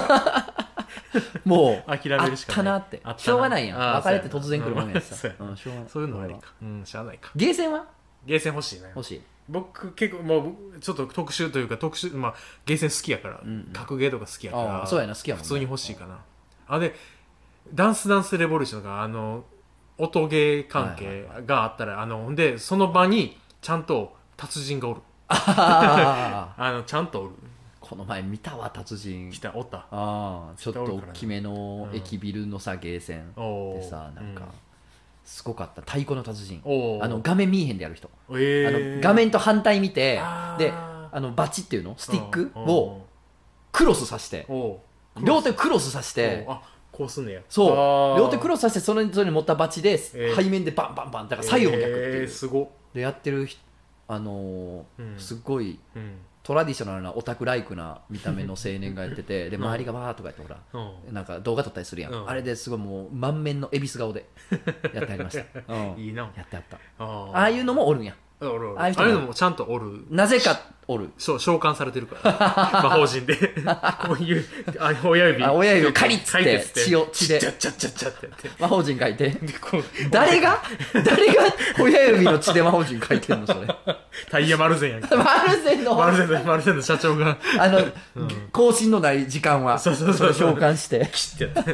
S1: もう
S2: 諦めるしかない。
S1: あったなって。しょうがないやん。別れて突然来るもんやさ。
S2: そういうのありか。しゃあないか。
S1: ゲーセンは？
S2: ゲーセン欲しいね。
S1: 欲しい。
S2: 僕結構もうちょっと特殊というかまあゲーセン好きやから、格ゲーとか好きやから。
S1: そうやな、好きやもん。
S2: 普通に欲しいかな。でダンスレボリューションとか音ゲー関係があったらほんでその場にちゃんと達人がおる。ちゃんとおる。
S1: この前見たわ、達人。
S2: おった。
S1: ちょっと大きめの駅ビルのさ、ゲーセンでさ、なんかすごかった。太鼓の達人。画面見えへんでやる人。画面と反対見て、でバチっていうのスティックをクロスさして、両手クロスさして、
S2: こうすんねや。
S1: そう、両手クロスさして、それに持ったバチで背面でバンバンバン、だから左右も逆っていう。
S2: すご
S1: でやってるすごいトラディショナルなオタクライクな見た目の青年がやってて、で周りがわーとかやってほらなんか動画撮ったりするやん。あれですごいもう満面の恵比寿顔でやってはりました。
S2: いいな。
S1: やってはった。ああいうのもおるんや。
S2: ああいうのもちゃんとおる。
S1: なぜかおる。
S2: 召喚されてるから魔法陣でこういう親指
S1: をカリッつって血で
S2: チャッチャッチャッチャってやって
S1: 魔法陣書いて。誰が親指の血で魔法陣書いてんのそれ。
S2: タイヤマルゼンやんけ。
S1: マルゼン
S2: の社長が
S1: 更新のない時間は召喚して
S2: 切ってやって。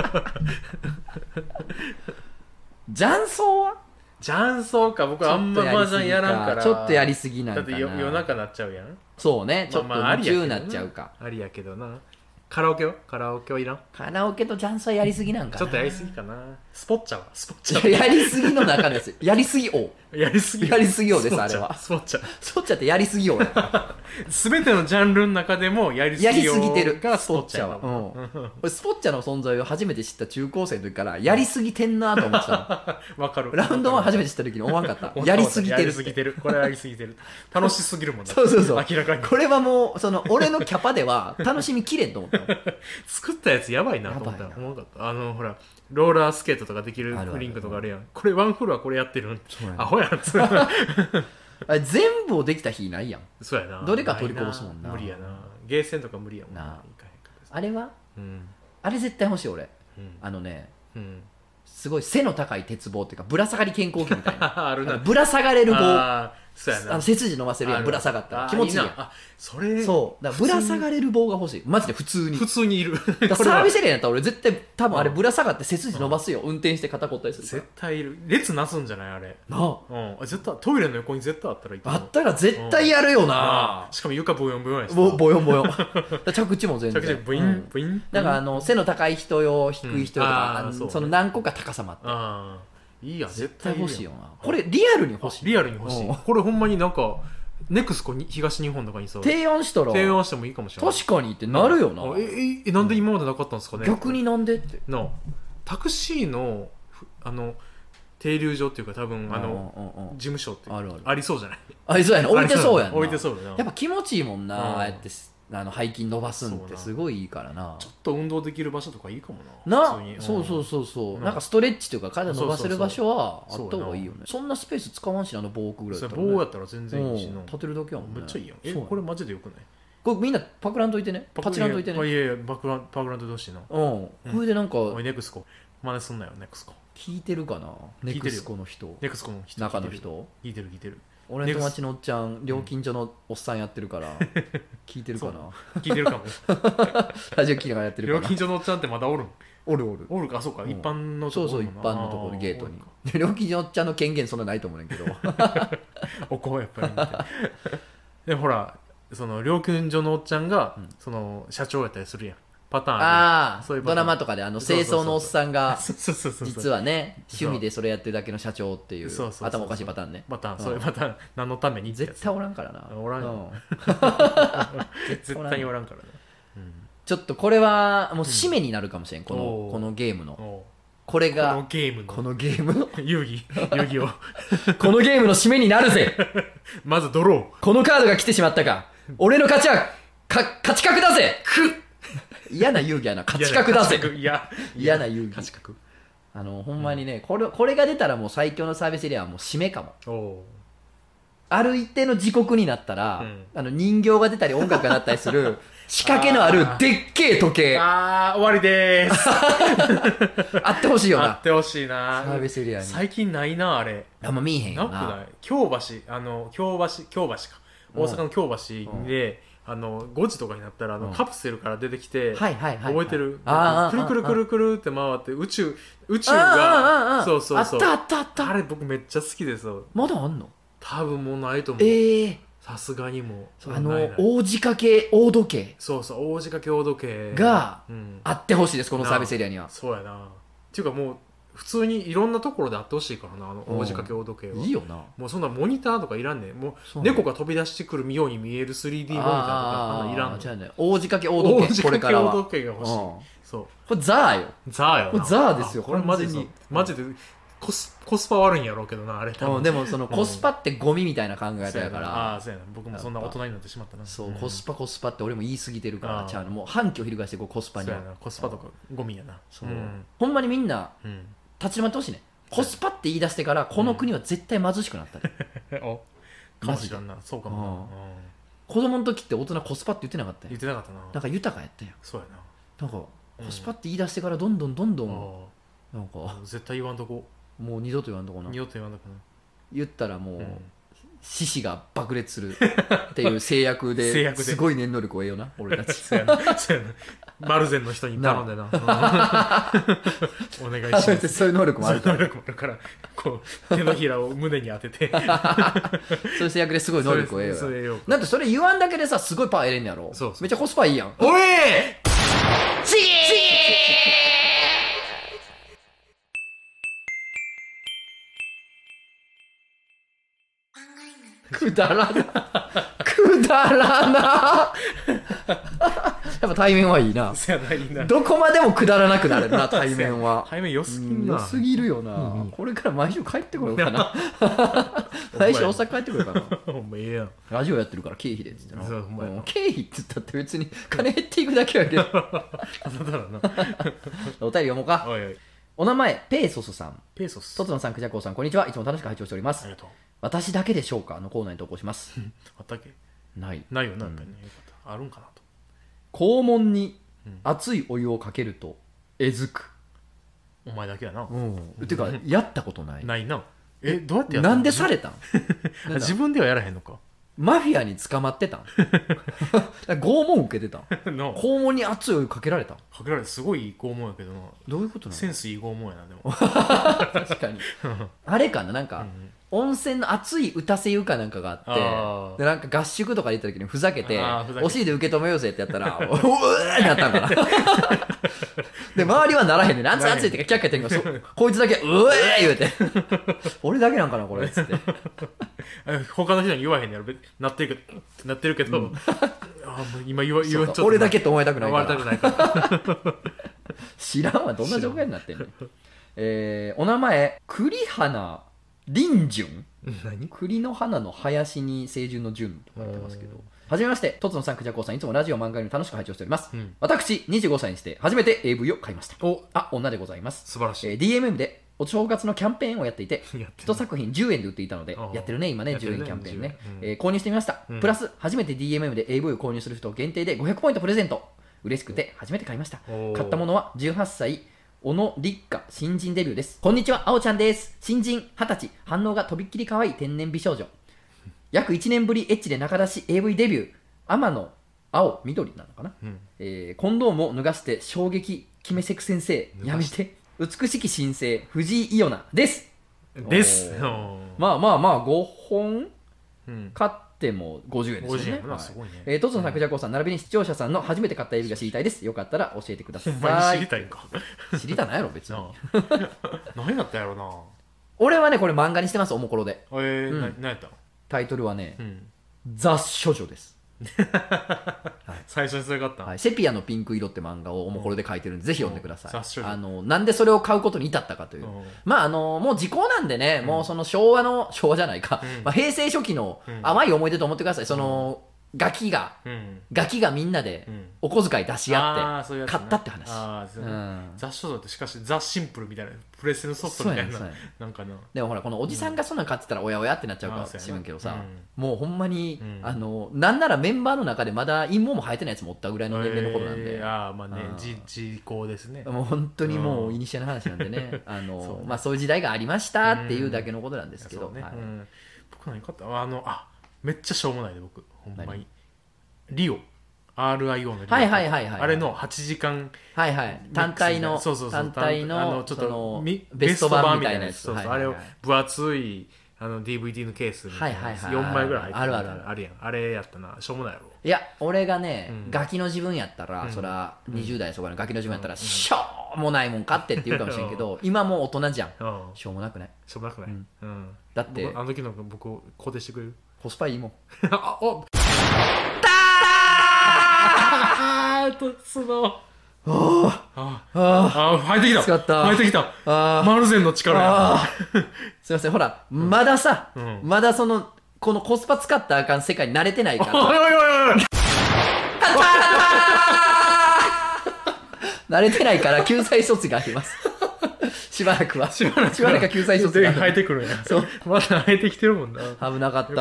S1: 雀荘は
S2: 雀荘か。僕あんま麻雀やらんから
S1: ちょっとやりすぎなんかな。
S2: だって夜中なっちゃうやん。
S1: そうね、ちょっと夢中になっちゃうか。
S2: ありやけどな。カラオケはいらん。
S1: カラオケと雀荘やりすぎなんかな。
S2: ちょっとやりすぎかな。スポッチャ
S1: やりすぎの中のやつ。やりすぎ王。
S2: やりすぎ
S1: 王です、あれは。
S2: スポッチ
S1: ャってやりすぎ王や。
S2: 全てのジャンルの中でもやりすぎ王
S1: てる
S2: がスポッチャは。
S1: 俺スポッチャの存在を初めて知った中高生の時からやりすぎてんなと思ってた
S2: の。わかる。
S1: ラウンド1初めて知った時に思わんかった。やりすぎてる。
S2: これやりすぎてる。楽しすぎるもんね。
S1: そう。
S2: 明らかに。
S1: これはもう俺のキャパでは楽しみきれんと思ったの。
S2: 作ったやつやばいなと思った。思わんかった。ほらローラースケートとかできるリンクとかあるやん。これワンフロアこれやってるん。アホやん。
S1: あれ全部をできた日ないやん。
S2: そうやな。
S1: どれか取りこぼすもんな。
S2: 無理やな。ゲーセンとか無理やもん
S1: な。あれはあれ絶対欲しい俺。すごい背の高い鉄棒っていうかぶら下がり健康器みたいな。
S2: あるな。
S1: ぶら下がれる棒。
S2: そうやな
S1: 背筋伸ばせるやんぶら下がったら気持ちいいやん。
S2: あそれ
S1: そうだからぶら下がれる棒が欲しいマジで普通に。
S2: 普通にいる
S1: だからサービスエリアやったら俺絶対多分あれぶら下がって背筋伸ばすよ、運転して肩こったりするから
S2: 絶対いる。列なすんじゃないあれ
S1: なあ、
S2: 絶対トイレの横に絶対あったらいいと思う。
S1: あったら絶対やるよな、
S2: しかも床ボヨンボヨンやし
S1: ボヨンボヨンだから着地も全然
S2: 着地ブインブイン
S1: なんか背の高い人用低い人用とか、
S2: そうね
S1: その何個か高さもあって
S2: ああいいや
S1: 絶
S2: 絶対
S1: 対欲しいよな。これリアルに欲しい。
S2: リアルに欲しい。これほんまになんかネクスコに東日本とかにさ
S1: 提案したら
S2: 提案してもいいかもしれない。
S1: 確かにってなるよな、
S2: なんで今までなかったんですかね。
S1: 逆になんでって
S2: のタクシーの停留所っていうか多分事務所って
S1: ある
S2: ありそうじゃない。
S1: ありそうやな、置いてそうやんな。
S2: 置いてそうやな。
S1: やっぱ気持ちいいもんな、ああやって背筋伸ばすんって
S2: そうな
S1: すごいいいからな。
S2: ちょっと運動できる場所とかいいかもな。普通に
S1: そうそうそうそう、
S2: な
S1: なんかストレッチというか体伸ばせる場所はあ
S2: そう
S1: った方がいいよね。そんなスペース使わんしな、棒置くぐらいだったら、
S2: 棒やったら全然いいしな。
S1: 立てるだけやもんね。
S2: めっちゃいいやん。
S1: そう
S2: これマジでよくない。
S1: これみんなパクらんといてね、パチらんといてね。
S2: いやいやパクラントどうしてな。
S1: これでなんか
S2: おいネクスコ真似すんなよネクスコ。
S1: 聞いてるかな、ネクスコの人、
S2: ネクスコの人
S1: 中の人
S2: 聞いてる。
S1: 俺の友達のおっちゃん料金所のおっさんやってるから聞いてるかな
S2: 聞いてるかも。
S1: ラジオ聞きながらやってるか
S2: 料
S1: ら。
S2: 金所のおっちゃんってまだおるん。
S1: おる
S2: おるか。そうか一般のとこ
S1: そうそう、一般のところにゲートに料金所のおっちゃんの権限そんなないと思うねんけど
S2: おこうやっぱり見てでほらその料金所のおっちゃんがその社長やったりするやんパターン
S1: ああ
S2: そういうパターン
S1: ドラマとかで清掃のおっさんが
S2: そう
S1: 実はね趣味でそれやってるだけの社長っていう
S2: そう
S1: 頭おかしいパターンね。
S2: そういうパターン何のためにってやつ
S1: 絶対おらんからな。
S2: おらんよ絶対におらんからな。
S1: ちょっとこれはもう締めになるかもしれん、このゲームのこれがこのゲームの
S2: 遊戯を
S1: このゲームの締めになるぜ
S2: まずドロー。
S1: このカードが来てしまったか、俺の勝ちは勝ち確だぜ。嫌な遊戯やな、勝ち確だぜ。嫌な遊戯。
S2: 勝ち確。
S1: ほんまにね、これが出たらもう最強のサービスエリアはもう締めかも。ある一定の時刻になったら、人形が出たり音楽が鳴ったりする仕掛けのあるでっけえ時計
S2: 終わりでーす
S1: あってほしいよな。
S2: あってほしいな。
S1: サービスエリアに
S2: 最近ないなあれ。
S1: あんま見えへんよな。
S2: なくない。京橋か大阪の京橋で5時とかになったらカプセルから出てきて覚えてる。くるくるくるくるって回って宇宙がそう
S1: あった
S2: あれ僕めっちゃ好きです。
S1: まだあんの。
S2: 多分もうないと思う。さすがにも
S1: 大仕掛け大時計
S2: 大仕掛け大時計
S1: があってほしいです、このサービスエリアには。
S2: そうやな。っていうかもう普通にいろんなところであってほしいからな、大仕掛け大時計は。
S1: いいよな。
S2: もうそんなモニターとかいらんねん。もう猫が飛び出してくるように見える 3D モニターとかあんないらんの。
S1: 大仕掛け大時計、これからは
S2: 大仕掛け大時計が欲しい。そう
S1: これザーよ。
S2: こ
S1: れザーですよ。
S2: これマジでコスパ悪いんやろうけどなあれ。
S1: でもそのコスパってゴミみたいな考え方やから。
S2: そうやな。僕もそんな大人になってしまったな。
S1: そう、コスパって俺も言い過ぎてるからちゃうの。もう反旗を翻してコスパに。
S2: そうやな。コスパとかゴミやな。
S1: そうほんまにみんな立ち止まってほしいね。コスパって言い出してからこの国は絶対貧しくなったね。
S2: かもしれんな。そうかもな。
S1: 子供の時って大人コスパって言ってなかったよ。
S2: 言ってなかったな。
S1: なんか豊かやったよ。
S2: そうや
S1: な。なんかコスパって言い出してからどんどんなんか
S2: 絶対言わんとこ。
S1: もう二度と言わんとこな。
S2: 二度と言わんとこな。
S1: 言ったらもう獅子が爆裂するっていう制約ですごい念能力を得ような俺たち。
S2: そうやな。マルゼンの人に頼んでな。お願いします。
S1: そういう能力もあるから。
S2: こう手のひらを胸に当てて。
S1: そういう制約ですごい能力を得よう。だってそれ言わんだけでさすごいパワー得れんねやろ。めっちゃコスパいいやん。
S2: おい。
S1: くだらなやっぱ対面はいいな。どこまでもくだらなくなるな対面は。
S2: 対面良すぎんな。
S1: 良すぎるよな。これから毎週帰ってこようかな。来週大阪帰ってこようかな。
S2: ほんまええやん。
S1: ラジオやってるから経費でっつってな。経費って言ったって別に金減っていくだけやけど。お便り読もうか。お名前ペーソスさん。とつのさん、くじゃこうさん、こんにちは。いつも楽しく拝聴しております。私だけでしょうかのコーナーに投稿します。
S2: あったっけ。
S1: ない
S2: よなやっぱりね。あるんかなと。
S1: 肛門に熱いお湯をかけるとえずく。
S2: お前だけやな。
S1: てかやったことない。
S2: ないな。 どうやってやったの？
S1: なんでされたん？
S2: 自分ではやらへんのか。
S1: マフィアに捕まってたん？拷問受けてたん？肛門に熱いお湯かけられたん？
S2: かけられてすごい拷問やけどな。
S1: どういうことなの？
S2: センスいい拷問やな、でも。
S1: 確かに。あれかな、なんか、温泉の熱い打たせ湯かなんかがあって、でなんか合宿とかで行った時にふざけて、お尻で受け止めようぜってやったら、うわーってなったんかな。で、周りはならへんねん。熱々いってキャッキャって言うけど、こいつだけ、うわー言うて。俺だけなんかな、これっつって。
S2: 他の人に言わへんねやろ。なってるけど、今言わちょっと。
S1: 俺だけって思いたくないから。
S2: 思われたくないから。
S1: 知らんわ、どんな状況になってんの？お名前、栗花林順。
S2: 何？
S1: 栗の花の林に清純の純と書いてますけど。はじめまして、とつのさん、くじゃこうさん、いつもラジオ漫画に楽しく拝聴しております。私、25歳にして初めて AV を買いました。女でございます。
S2: 素晴らしい。
S1: DMM でお正月のキャンペーンをやっていて、1作品10円で売っていたので、やってるね、今ね、10円キャンペーンね。購入してみました。プラス、初めて DMM で AV を購入する人限定で500ポイントプレゼント。嬉しくて初めて買いました。買ったものは18歳、小野立花新人デビューです。こんにちは、あおちゃんです。新人20歳、反応がとびっきり可愛い天然美少女。約1年ぶりエッチで中出し AV デビュー。天野青緑なのかな、コンドームを脱がして衝撃決めセク先生やめて。美しき新星藤井伊代奈ですまあ5本買っても50円ですよね。とつのさくじゃこうさん並びに視聴者さんの初めて買った AV が知りたいです。よかったら教えてください。
S2: ほんまに知りたいんか。
S1: 知りたないやろ別に。
S2: 何やったんやろな。
S1: 俺はねこれ漫画にしてます、おもころで。
S2: 何やったの？
S1: タイトルはね、ザ・処女です。
S2: 最初にそれがあった、
S1: セピアのピンク色って漫画をおもころで書いてるんで、ぜひ読んでください。なんでそれを買うことに至ったかという、もう時効なんでね、もうその昭和じゃないか、平成初期の甘い思い出と思ってください。そのガキがみんなでお小遣い出し合って買ったって話。
S2: ザ・処女ってしかしザ・シンプルみたいなプレステのソフトみたいな、なんかな。
S1: でもほらこのおじさんがそんなん買ってたらおやおやってなっちゃうかもしれんけどさ、もうほんまになんならメンバーの中でまだ陰謀も生えてないやつもおったぐらいの年齢の頃なんで、
S2: 時効ですね。
S1: もう本当にもうイニシャルの話なんでね、そういう時代がありましたっていうだけのことなんですけど。
S2: 僕何買った？めっちゃしょうもないで、僕ほんまにリオ RIO のリオ、あれの8時間
S1: 単体の
S2: ちょっと
S1: ベスト版みたいなやつ、
S2: あれを分厚いDVD のケースに4枚ぐらい入ってるあるやん。あれやったな。しょうもないやろ。
S1: いや俺がねガキの自分やったら、そら20代そこらのガキの自分やったらしょうもないもん買ってって言うかもしれんけど、今もう大人じゃん。しょうもなくない？
S2: しょうもなくない？
S1: だって
S2: あの時の僕を肯定してくれる？
S1: コスパいいもん。
S2: その入ってきた。入ってきた。マルゼンの力や。
S1: すいません、ほらまださ、まだこのコスパ使ったらあかん世界に慣れてないから。おいおいおいおい。慣れてないから救済措置があります。しばらくは救済措置が
S2: 生えてくるんや。そうまだ生えてきてるもんな。
S1: 危なかった。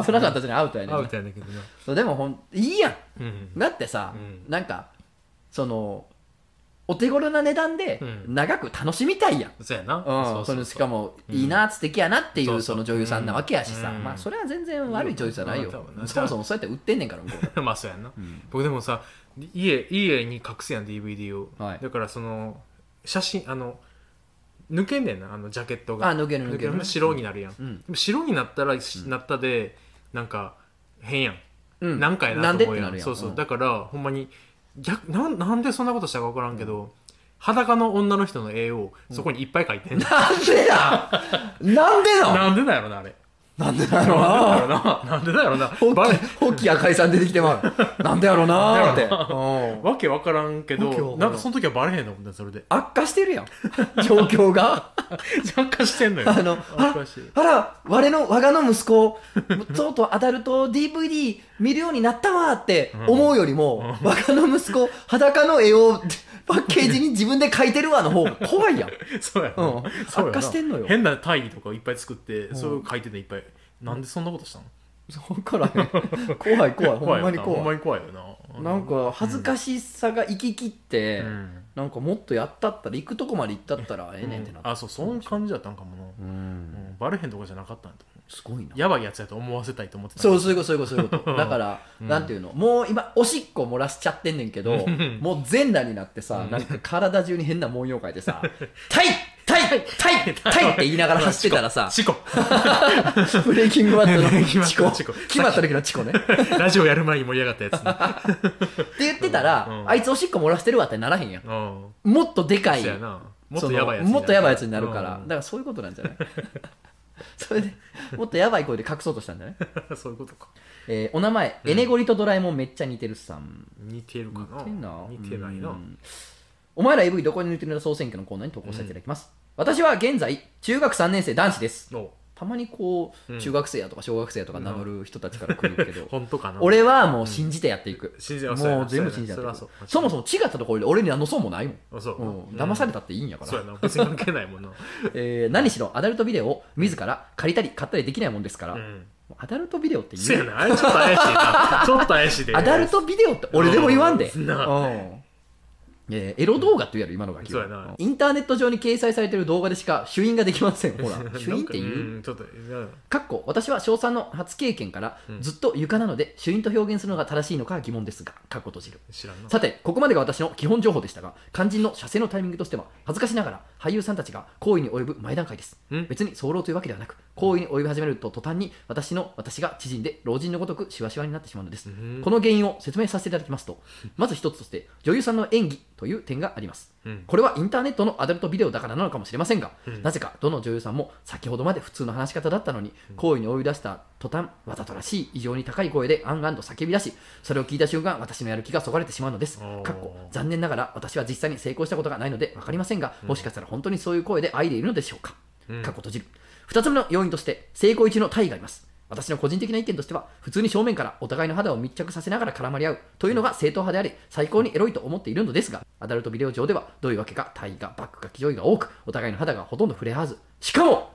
S1: 危なかったじゃない、アウトやね。
S2: アウトやねんけどな。
S1: でもいいやん。だってさ、なんかそのお手頃な値段で長く楽しみたいやん。
S2: そうやな。
S1: しかもいいな、素敵やなっていうその女優さんなわけやしさ、まあそれは全然悪いチョイスじゃないよ。そもそもそうやって売ってんねんから向こう。
S2: まあそうやな。僕でもさ、家に隠すやん DVD を。だからその写真抜けんねんな、ジャケットが。
S1: 抜ける。
S2: 白になるやん。でも白になったらなったでなんか変やん。何回なと思うやん。そうそう。だからほんまになんでそんなことしたか分からんけど、裸の女の人の絵をそこにいっぱい描いてんの。
S1: なんでやなんでな
S2: なんでだやろな、あれ。
S1: なんでだろうな。
S2: なんでだやろな。
S1: ホッキー赤井さん出てきてまう。なんでやろうなーって。
S2: わけわからんけど、なんかその時はバレへんのもんね、それで。
S1: 悪化してるやん。状況が。
S2: 悪化してんのよ。
S1: あら、我がの息子、とうとうアダルト DVD 見るようになったわって思うよりも、我がの息子、裸の絵を、パッケージに自分で描いてるわの方が怖いやん。
S2: そうやな。
S1: 悪化してんのよ。
S2: 変な大義とかいっぱい作って、そういう書いてていっぱい。なんでそんなことしたの？
S1: そっからね。怖い。ほんまに怖い。
S2: ほんまに怖いよな。
S1: なんか恥ずかしさが行ききって、なんかもっとやったったら行くとこまで行ったったらええねんってなって、
S2: そういう感じだったんかもな。バレへんとこじゃなかったんだと思う。
S1: すごいな。
S2: やばいやつやと思わせたいと思ってた。
S1: そういうことだからなんていうの、もう今おしっこ漏らしちゃってんねんけどもう全裸になってさ、なんか体中に変な文様描いてさ「タイタイタイタイ!」って言いながら走ってたらさ、
S2: チコ
S1: ブレイキングバットのチコ決まった時のチコね
S2: ラジオやる前に盛り上がったやつ
S1: って言ってたら、あいつおしっこ漏らしてるわってならへんやん。もっとでかい、もっとやばいやつになるから、だからそういうことなんじゃないそれでもっとやばい声で隠そうとしたんじゃない
S2: そういうことか。
S1: お名前、エネゴリとドラえもんめっちゃ似てるさん。
S2: 似てるかな。似てないな。
S1: お前ら AV どこに似てるの総選挙のコーナーに投稿していただきます。私は現在中学3年生男子です。たまにこう、中学生やとか小学生やとか名乗る人たちから来るけど、
S2: 本当かな。
S1: 俺はもう信じてやっていく。
S2: も
S1: う全部信じてやっていく。そもそも違ったところで俺に何の損もないもん。騙されたっていいんやから。
S2: そうやな、別に関係ないもんな。
S1: 何しろアダルトビデオを自ら借りたり買ったりできないもんですから、アダルトビデオって言う。
S2: そうやな、あれちょっと怪しいな。ちょっと怪しいで。
S1: アダルトビデオって俺でも言わんで。エロ動画って言うやろ今のが。
S2: そうやな。
S1: インターネット上に掲載されている動画でしか主演ができません。ほら主演って言う。ちょっとかっこ私は小3の初経験からずっと床なので主演と表現するのが正しいのか疑問ですが、かっこ閉じる。さてここまでが私の基本情報でしたが、肝心の射精のタイミングとしては恥ずかしながら俳優さんたちが行為に及ぶ前段階です。別に早漏というわけではなく、行為に及び始めると途端に私が縮んで老人のごとくシワシワになってしまうのです。この原因を説明させていただきますと、まず一つとして女優さんの演技という点があります。これはインターネットのアダルトビデオだからなのかもしれませんが、なぜかどの女優さんも先ほどまで普通の話し方だったのに、行為に及び出した途端わざとらしい異常に高い声でアンガンと叫び出し、それを聞いた瞬間私のやる気がそがれてしまうのです。残念ながら私は実際に成功したことがないので分かりませんが、もしかしたら本当にそういう声で愛でいるのでしょうか。閉じる。2つ目の要因として成功一の体があります。私の個人的な意見としては、普通に正面からお互いの肌を密着させながら絡まり合うというのが正統派であり、最高にエロいと思っているのですが、アダルトビデオ上ではどういうわけか体がバックが騎乗位が多く、お互いの肌がほとんど触れ合わず、しかも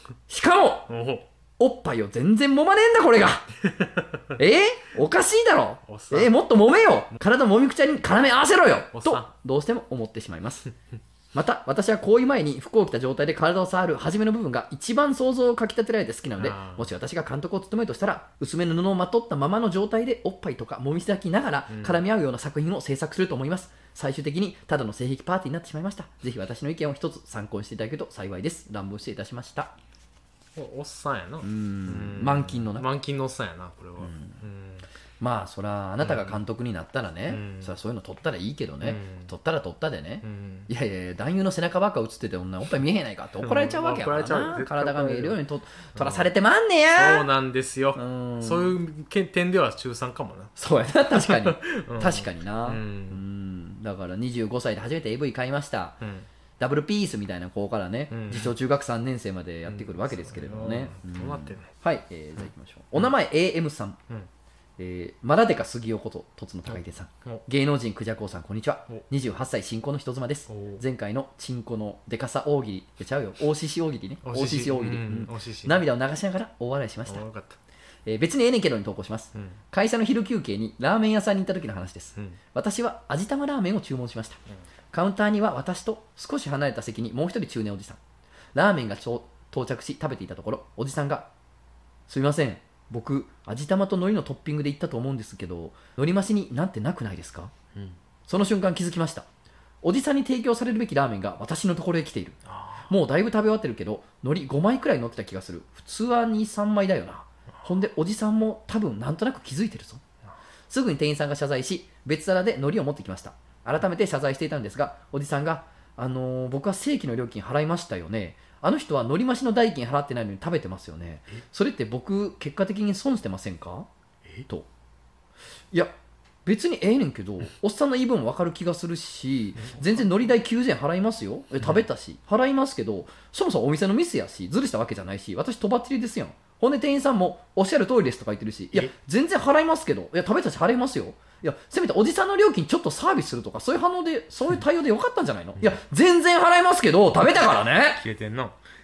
S1: おっぱいを全然揉まねえんだこれがおかしいだろ。もっと揉めよ、体もみくちゃに絡め合わせろよとどうしても思ってしまいますまた私は行為前に服を着た状態で体を触る初めの部分が一番想像をかき立てられて好きなので、もし私が監督を務めるとしたら、薄めの布をまとったままの状態でおっぱいとか揉み開きながら絡み合うような作品を制作すると思います。最終的にただの性癖パーティーになってしまいました。ぜひ私の意見を一つ参考にしていただけると幸いです。乱文失礼いたしました。
S2: おっさんやな。
S1: 満勤の
S2: おっさんやなこれは。
S1: まあそらあなたが監督になったらね、そらそういうの撮ったらいいけどね、撮ったら撮ったでね、いやいや男優の背中ばっか映ってて女おっぱい見えへんないかって怒られちゃうわけやからな。体が見えるように撮らされてまんねや。
S2: そうなんですよ。そういう点では中3かもな。
S1: そうやな、確かに確かにな。だから25歳で初めて AV 買いました、ダブルピースみたいな子からね、自称中学3年生までやってくるわけですけれどもね。はい、じゃあいきましょう。お名前 AM さん、マラデカ杉尾こととつの高出さん、芸能人クジャコウさん、こんにちは。28歳新婚の人妻です。前回のチンコのデカさ大喜利ちゃうよ、大獅子大喜利ね、大獅子大喜利、涙を流しながら大笑いしました。別にええねんけどに投稿します、会社の昼休憩にラーメン屋さんに行った時の話です。私は味玉ラーメンを注文しました。カウンターには私と少し離れた席にもう一人中年おじさん。ラーメンが到着し食べていたところ、おじさんがすみません、僕味玉と海苔のトッピングで行ったと思うんですけど、海苔増しになんてなくないですか。その瞬間気づきました。おじさんに提供されるべきラーメンが私のところへ来ている。もうだいぶ食べ終わってるけど海苔5枚くらい乗ってた気がする。普通は 2,3 枚だよな。ほんでおじさんも多分なんとなく気づいてるぞ。すぐに店員さんが謝罪し、別皿で海苔を持ってきました。改めて謝罪していたんですが、おじさんが僕は正規の料金払いましたよね。あの人は海苔増しの代金払ってないのに食べてますよね。それって僕結果的に損してませんかと。いや別にええねんけど、おっさんの言い分分かる気がするし、全然海苔代90円払いますよ。食べたし払いますけど、そもそもお店のミスやし、ずるしたわけじゃないし、私とばっちりですやん。ほんで店員さんもおっしゃる通りですとか言ってるし、いや全然払いますけど、いや食べたし払いますよ。いやせめておじさんの料金ちょっとサービスするとか、そういう反応でそういう対応でよかったんじゃないの。いや全然払いますけど食べたからね。
S2: 消えてんな。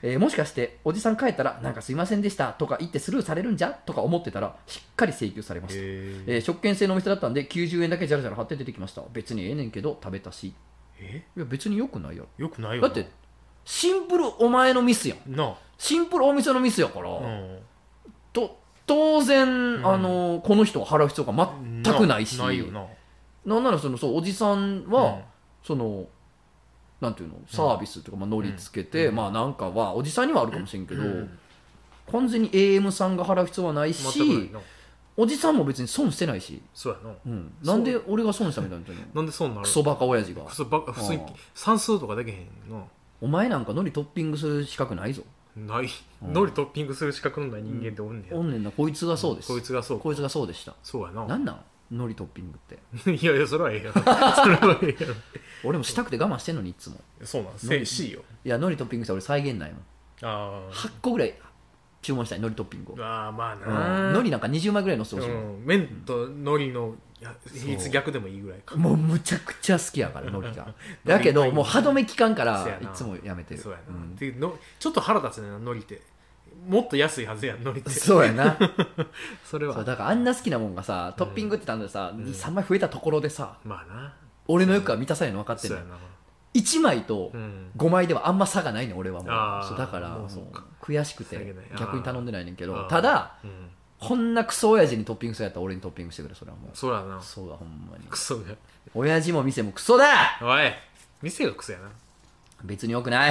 S1: もしかしておじさん帰ったらなんかすいませんでしたとか言ってスルーされるんじゃとか思ってたらしっかり請求されました。食券制のお店だったんで90円だけジャラジャラ貼って出てきました。別にええねんけど食べたし。いや別によくないやろ。
S2: よくないよ。
S1: だってシンプルお前のミスやん。シンプルお店のミスやから、当然、この人は払う必要が全くないし、なんならおじさんは、なんていうのサービスとか乗りつけて、なんかはおじさんにはあるかもしれんけど、完全に AM さんが払う必要はないし、おじさんも別に損してないし。
S2: そうや
S1: な。なんで俺が損したみたいな。
S2: なんで損なる。
S1: クソバカ親父が。
S2: 普通に算数とかできへんの。
S1: お前なんか海苔トッピングする資格ないぞ。
S2: ない。海苔トッピングする資格のない人間っておんねん。
S1: おんねんな。こいつがそうです。
S2: こいつがそう
S1: でした。
S2: そうやな。
S1: なんなん海苔トッピングって。
S2: いやいや、それはええやろ。それはええやろ。
S1: 俺もしたくて我慢してんのにいつも。
S2: そうなん。しいよ。
S1: いや、海苔トッピングして俺再現ないもん。8個ぐらい注文したい、海苔トッピングを。
S2: まあな。
S1: 海苔なんか20枚ぐらいのせてほしい。
S2: 麺と海苔の比率逆でもいいぐらいか。
S1: もうむちゃくちゃ好きやから、海苔が。だけど、もう歯止め期間からいつもやめてる。
S2: そうやな。ちょっと腹立つねんな、海苔って。もっと安いはずやん、海苔って。
S1: そうやな。
S2: それは。
S1: だからあんな好きなもんがさ、トッピングってたんでさ、2、3枚増えたところでさ、
S2: まあな。
S1: 俺の欲は満たさないの分かってる。1枚と5枚ではあんま差がないねん俺はもう。そうだから悔しくて逆に頼んでないねんけど、ただこんなクソ親父にトッピングするやったら俺にトッピングしてくれ。それはもう
S2: そうだな。
S1: そうだほんまに
S2: クソが
S1: 親父も店もクソだ。
S2: おい店がクソやな。
S1: 別によくない、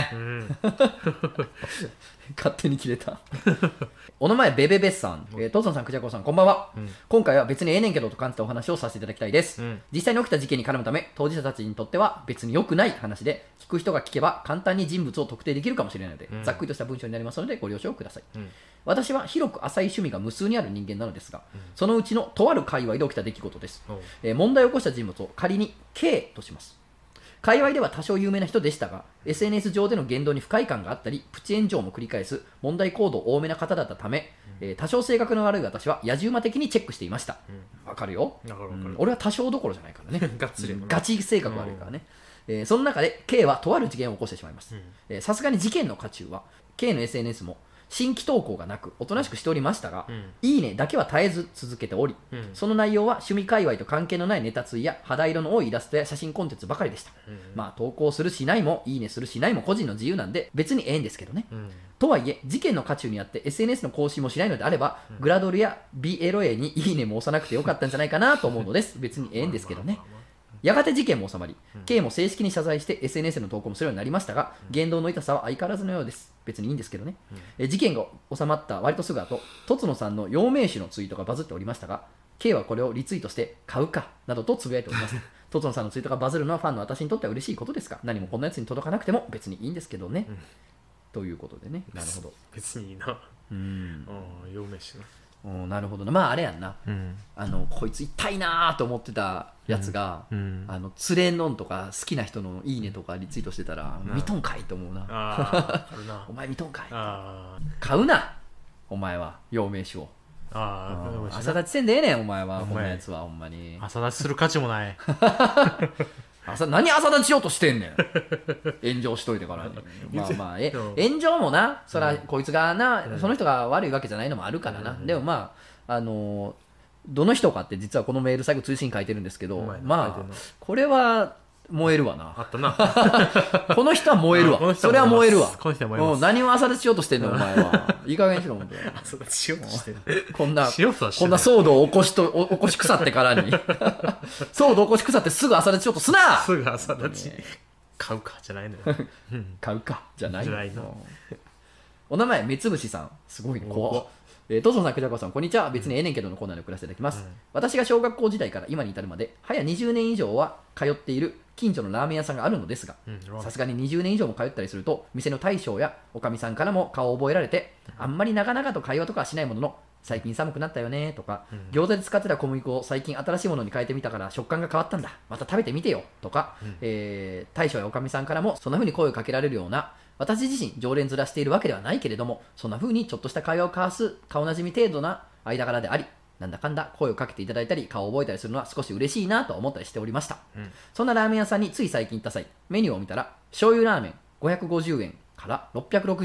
S1: 勝手に切れたお名前ベベベスさん、トゾンさん、クジャコさん、こんばんは、今回は別にええねんけどと感じたお話をさせていただきたいです、実際に起きた事件に絡むため当事者たちにとっては別に良くない話で、聞く人が聞けば簡単に人物を特定できるかもしれないので、ざっくりとした文章になりますのでご了承ください、私は広く浅い趣味が無数にある人間なのですが、そのうちのとある界隈で起きた出来事です、問題を起こした人物を仮に K とします。界隈では多少有名な人でしたが、SNS 上での言動に不快感があったり、プチ炎上も繰り返す問題行動多めな方だったため、多少性格の悪い私は野じ馬的にチェックしていました。わかるよ。俺は多少どころじゃないからね。ガチ性格悪いからね。その中で K はとある事件を起こしてしまいます。さすがに事件の渦中は K の SNS も新規投稿がなくおとなしくしておりましたが、いいねだけは絶えず続けており、その内容は趣味界隈と関係のないネタツイや肌色の多いイラストや写真コンテンツばかりでした、まあ投稿するしないもいいねするしないも個人の自由なんで別にええんですけどね、とはいえ事件の渦中にあって SNS の更新もしないのであれば、グラドルや BLA にいいねも押さなくてよかったんじゃないかなと思うのです。別にええんですけどね。やがて事件も収まり、K も正式に謝罪して SNS の投稿もするようになりましたが、言動の痛さは相変わらずのようです。別にいいんですけどね。事件が収まった割とすぐ後、とつのさんの養命酒のツイートがバズっておりましたが、K はこれをリツイートして買うかなどとつぶやいております。とつのさんのツイートがバズるのはファンの私にとっては嬉しいことですが、何もこんなやつに届かなくても別にいいんですけどね。ということでね。なるほど。
S2: 別にいいな。養命酒な。
S1: なるほどね。まああれやんな、こいつ痛いなーと思ってたやつが、連れのんとか好きな人のいいねとかリツイートしてたら、見とんかいと思うな。お前見とんかい。買うなお前は養命酒を。朝立ちせんでええねんお前は。こんなやつはほんまに
S2: 朝立ちする価値もない
S1: 何朝立ちしようとしてんねん炎上しといてからにまあまあ炎上もな、そらこいつがな、その人が悪いわけじゃないのもあるからな、でもまあどの人かって実はこのメール最後通信書いてるんですけど、まあこれは燃えるわな。
S2: あったな
S1: この人は燃えるわ。それは燃えるわ。
S2: この人は燃えます。
S1: 何を朝立ちしようとしてんのお前は。いい加減にしろ本当に。
S2: 朝立ちしようとしてる。
S1: こんな騒動を起こし腐ってからに騒動を起こし腐ってすぐ朝立ちしようとすな。
S2: すぐ朝立ち買うかじゃないのよ
S1: 買うかじゃないの。お名前目つぶしさん、すごいね。怖っ。トソさん、クジャコさん、こんにちは。別にええねんけどのコーナーで送らせていただきます。私が小学校時代から今に至るまで早20年以上は通っている近所のラーメン屋さんがあるのですが、さすがに20年以上も通ったりすると店の大将やおかみさんからも顔を覚えられて、あんまり長々と会話とかはしないものの、最近寒くなったよねとか、餃子で使ってた小麦粉を最近新しいものに変えてみたから食感が変わったんだ、また食べてみてよとか、大将やおかみさんからもそんな風に声をかけられるような、私自身常連面しているわけではないけれども、そんな風にちょっとした会話を交わす顔なじみ程度な間柄であり、なんだかんだ声をかけていただいたり顔を覚えたりするのは少し嬉しいなと思ったりしておりました、そんなラーメン屋さんについ最近行った際、メニューを見たら醤油ラーメン550円から660円、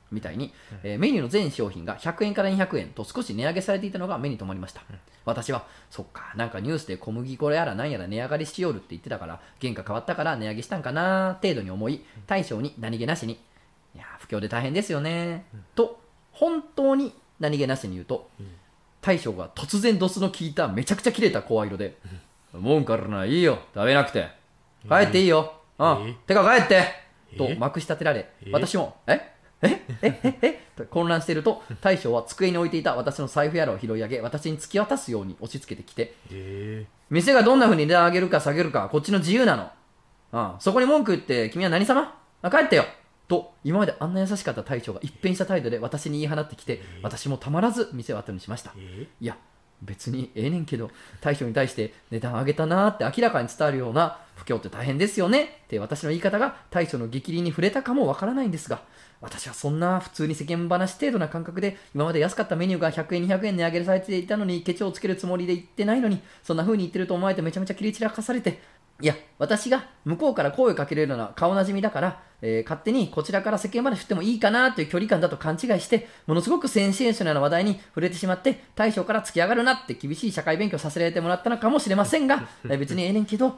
S1: みたいに、メニューの全商品が100円から200円と少し値上げされていたのが目に留まりました。私は、そっか、なんかニュースで小麦粉やらなんやら値上がりしよるって言ってたから、原価変わったから値上げしたんかな程度に思い、大将に何気なしに、いや、不況で大変ですよね、と、本当に何気なしに言うと、大将が突然ドスの効いためちゃくちゃ切れた声色で、もんからないいよ、食べなくて。帰っていいよ。てか帰ってとまくし立てられ、私も、と混乱していると、大将は机に置いていた私の財布やらを拾い上げ、私に突き渡すように押し付けてきて、店がどんな風に値段上げるか下げるか、こっちの自由なの。そこに文句言って君は何様？帰ってよと、今まであんな優しかった大将が一変した態度で私に言い放ってきて、私もたまらず店を後にしました。いや、別にええねんけど、大将に対して値段上げたなーって明らかに伝わるような、不況って大変ですよねって私の言い方が大将の激励に触れたかもわからないんですが、私はそんな普通に世間話程度な感覚で、今まで安かったメニューが100円200円値上げされていたのに、ケチをつけるつもりで言ってないのに、そんな風に言ってると思われてめちゃめちゃ切り散らかされて、いや、私が向こうから声をかけるような顔なじみだから、勝手にこちらから世間話振ってもいいかなという距離感だと勘違いして、ものすごくセンセーショナルな話題に触れてしまって、大将から突き上がるなって厳しい社会勉強させられてもらったのかもしれませんが、別にええねんけど、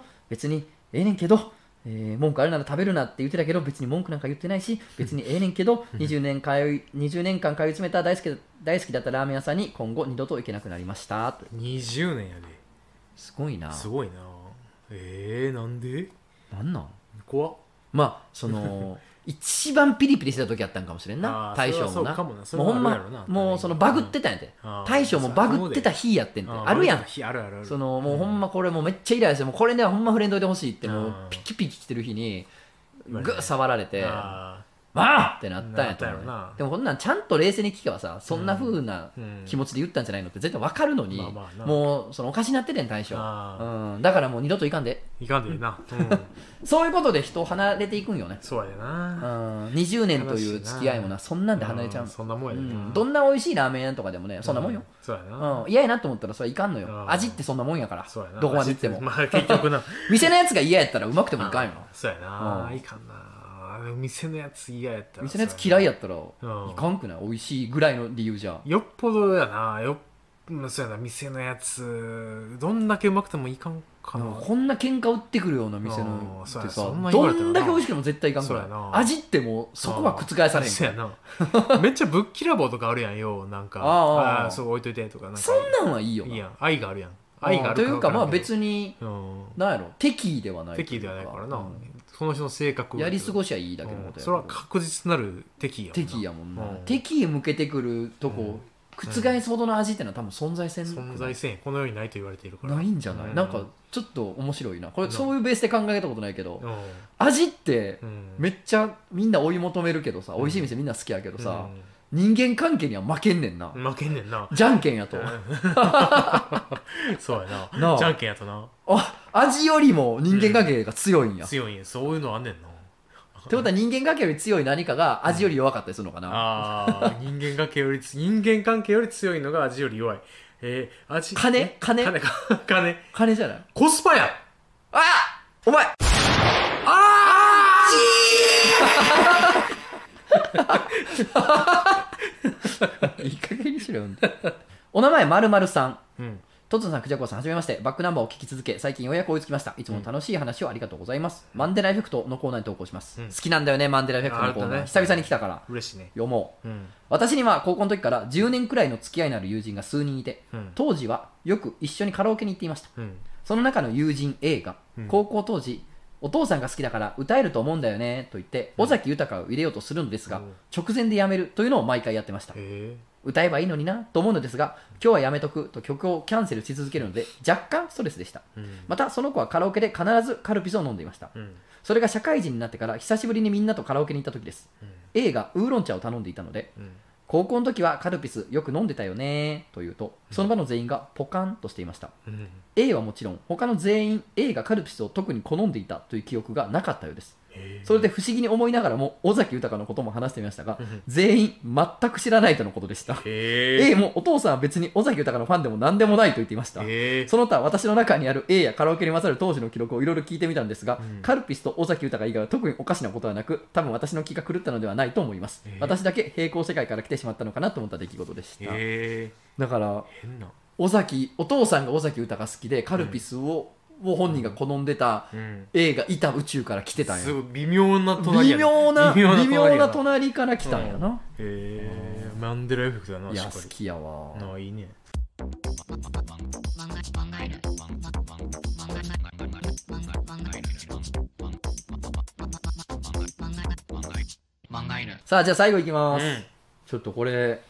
S1: 文句あるなら食べるなって言ってたけど、別に文句なんか言ってないし、別にええねんけど、20年間通い詰めた大好きだったラーメン屋さんに今後二度と行けなくなりましたと。
S2: 20年やで。
S1: すごいな。
S2: すごいな。なんで？
S1: なんなん？
S2: 怖っ。
S1: まあ、その、一番ピリピリしてた時あったんかもしれんな、大将もな。もうほんま、もうそのバグってたんやで。大将もバグってた日やってんて。あるやん。その、もうほんまこれもうめっちゃイライラして、もうこれね、ほんま触れんといてほしいって、もうピキピキしてる日に、ぐっ触られて、まあってなったんやと思うね。でもこんなんちゃんと冷静に聞けばさ、そんな風な気持ちで言ったんじゃないのって絶対わかるのに、もうそのおかしになっててん大将。だからもう二度といかんで。
S2: いかんでいいな。
S1: そういうことで人を離れていくんよね。
S2: そうやな。
S1: 20年という付き合いもな、そんなんで離れちゃう。
S2: そんなもんやな。
S1: どんな美味しいラーメン屋とかでもね、そんなもんよ。
S2: そうやな。
S1: 嫌やなと思ったらそれいかんのよ。味ってそんなもんやから。どこまで行っても。
S2: 結局な。
S1: 店のやつが嫌やったらうまくてもいかんよ。
S2: そうやな。いかんな。店のやつ嫌やったら、
S1: 店のやつ嫌いやったらいかんくない？美味しいぐらいの理由じゃ
S2: よっぽどやな。そうやな。店のやつどんだけうまくてもいかんかな。
S1: こんな喧嘩売ってくるような店のってさ、どんだけ美味しくても絶対いかんから味ってもうそこは覆されへん
S2: からめっちゃぶっきらぼうとかあるやんよ。なんかそう置いといてとか、
S1: そんなんはいいよな。
S2: いいやん。愛があるやん。愛がある
S1: というかまあ別になんやろ、敵意ではない
S2: からな。その人の性格
S1: やり過ごしはいいだけのことや。
S2: それは確実なる敵
S1: やもんな。敵意向けてくるとこ覆すほどの味ってのは多分存在せん。
S2: この世にないと言われているから。
S1: ないんじゃない？なんかちょっと面白いなこれ。そういうベースで考えたことないけど、味ってめっちゃみんな追い求めるけどさ、美味しい店みんな好きやけどさ、人間関係には負けんねんな。じゃんけんやと。
S2: そうやな。じゃんけんやとな。
S1: 味よりも人間関係が強いんや。
S2: 強いんや。そういうのあんねんな。
S1: ってことは人間関係より強い何かが味より弱かったりするのかな。
S2: 人間関係より強いのが味より弱い。味。
S1: 金じゃない？
S2: コスパや。
S1: お前。いい加減にしろよ。お名前〇〇さん。トツさん、クジャコさん、はじめまして。バックナンバーを聞き続け、最近ようやく追いつきました。いつも楽しい話をありがとうございます。マンデラエフェクトのコーナーに投稿します。好きなんだよね、マンデラエフェクトのコーナー。久々に来たから。
S2: 嬉しいね。
S1: 読もう。私には高校の時から10年くらいの付き合いのある友人が数人いて、当時はよく一緒にカラオケに行っていました。その中の友人 A が、高校当時、お父さんが好きだから歌えると思うんだよねと言って尾崎豊を入れようとするのですが、直前でやめるというのを毎回やってました。歌えばいいのになと思うのですが、今日はやめとくと曲をキャンセルし続けるので若干ストレスでした。またその子はカラオケで必ずカルピスを飲んでいました。それが社会人になってから久しぶりにみんなとカラオケに行った時です。A がウーロン茶を頼んでいたので、高校の時はカルピスよく飲んでたよねと言うと、その場の全員がポカンとしていました。A はもちろん他の全員 A がカルピスを特に好んでいたという記憶がなかったようです。 それで不思議に思いながらも尾崎豊のことも話してみましたが、全員全く知らないとのことでした。A もお父さんは別に尾崎豊のファンでも何でもないと言っていました。その他私の中にある A やカラオケに勝る当時の記録をいろいろ聞いてみたんですが、カルピスと尾崎豊以外は特におかしなことはなく、多分私の気が狂ったのではないと思います。私だけ平行世界から来てしまったのかなと思った出来事でした。だからお父さんが尾崎豊が好きでカルピスを本人が好んでた A がいた宇宙から来てたんや。
S2: すごい微妙な隣や
S1: 微妙な隣から来たんやな。
S2: マンデラエフェクトだな。
S1: いや好きやわ。
S2: いいね。
S1: さあじゃあ最後いきます。ちょっとこれ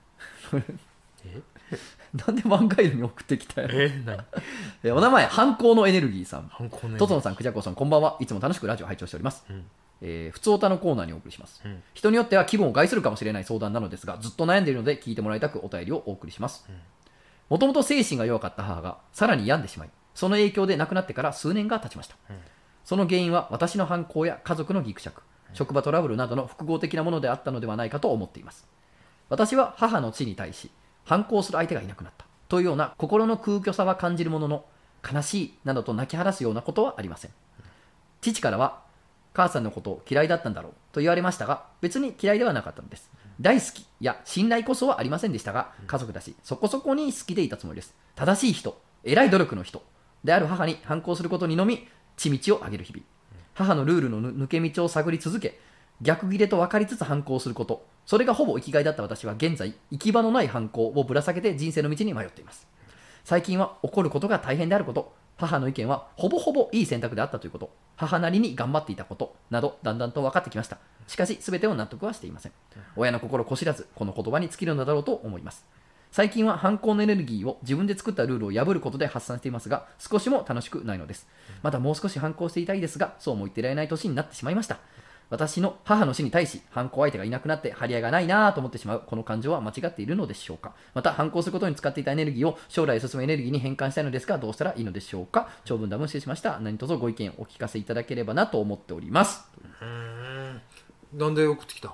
S1: なんで漫画犬に送ってきたよ。お名前反抗のエネルギーさん。とつのさん、くじゃこさん、こんばんは。いつも楽しくラジオ拝聴しております。ふつおたのコーナーにお送りします。人によっては気分を害するかもしれない相談なのですが、ずっと悩んでいるので聞いてもらいたくお便りをお送りします。もともと精神が弱かった母がさらに病んでしまい、その影響で亡くなってから数年が経ちました。その原因は私の反抗や家族のギクシャク、職場トラブルなどの複合的なものであったのではないかと思っています。私は母の死に対し反抗する相手がいなくなったというような心の空虚さは感じるものの、悲しいなどと泣き晴らすようなことはありません。父からは母さんのことを嫌いだったんだろうと言われましたが、別に嫌いではなかったのです。大好きや信頼こそはありませんでしたが、家族だしそこそこに好きでいたつもりです。正しい人、偉い努力の人である母に反抗することにのみ血道を上げる日々。母のルールの抜け道を探り続け、逆切れと分かりつつ反抗すること、それがほぼ生きがいだった私は現在行き場のない反抗をぶら下げて人生の道に迷っています。最近は怒ることが大変であること、母の意見はほぼほぼいい選択であったということ、母なりに頑張っていたことなどだんだんと分かってきました。しかし全てを納得はしていません。親の心こしらずこの言葉に尽きるのだろうと思います。最近は反抗のエネルギーを自分で作ったルールを破ることで発散していますが、少しも楽しくないのです。まだもう少し反抗していたいですが、そうも言っていられない年になってしまいました。私の母の死に対し反抗相手がいなくなって張り合いがないなぁと思ってしまうこの感情は間違っているのでしょうか。また反抗することに使っていたエネルギーを将来進むエネルギーに変換したいのですが、どうしたらいいのでしょうか。長文ダム失礼しました。何卒ご意見お聞かせいただければなと思っております。
S2: なんで送ってきた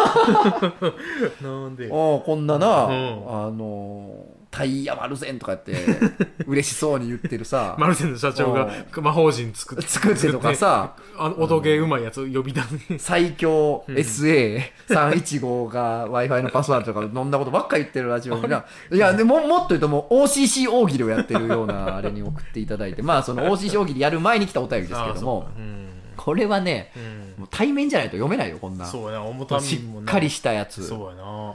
S2: なんで
S1: こんなな、タイヤマルゼンとかって嬉しそうに言ってるさ
S2: マルゼンの社長が魔法陣作って
S1: とかさ、
S2: 音ゲーうまいやつ呼び出す
S1: 最強 SA315 が Wi-Fi のパスワードとか飲んだことばっかり言ってるラジオにな。いやでもっと言うともう OCC 大喜利をやってるようなあれに送っていただいて、まあその OCC 大喜利やる前に来たお便りですけども、これはね、もう対面じゃないと読めないよこんな。
S2: そうやな、重たみも
S1: しっかりしたやつ。
S2: そうやな。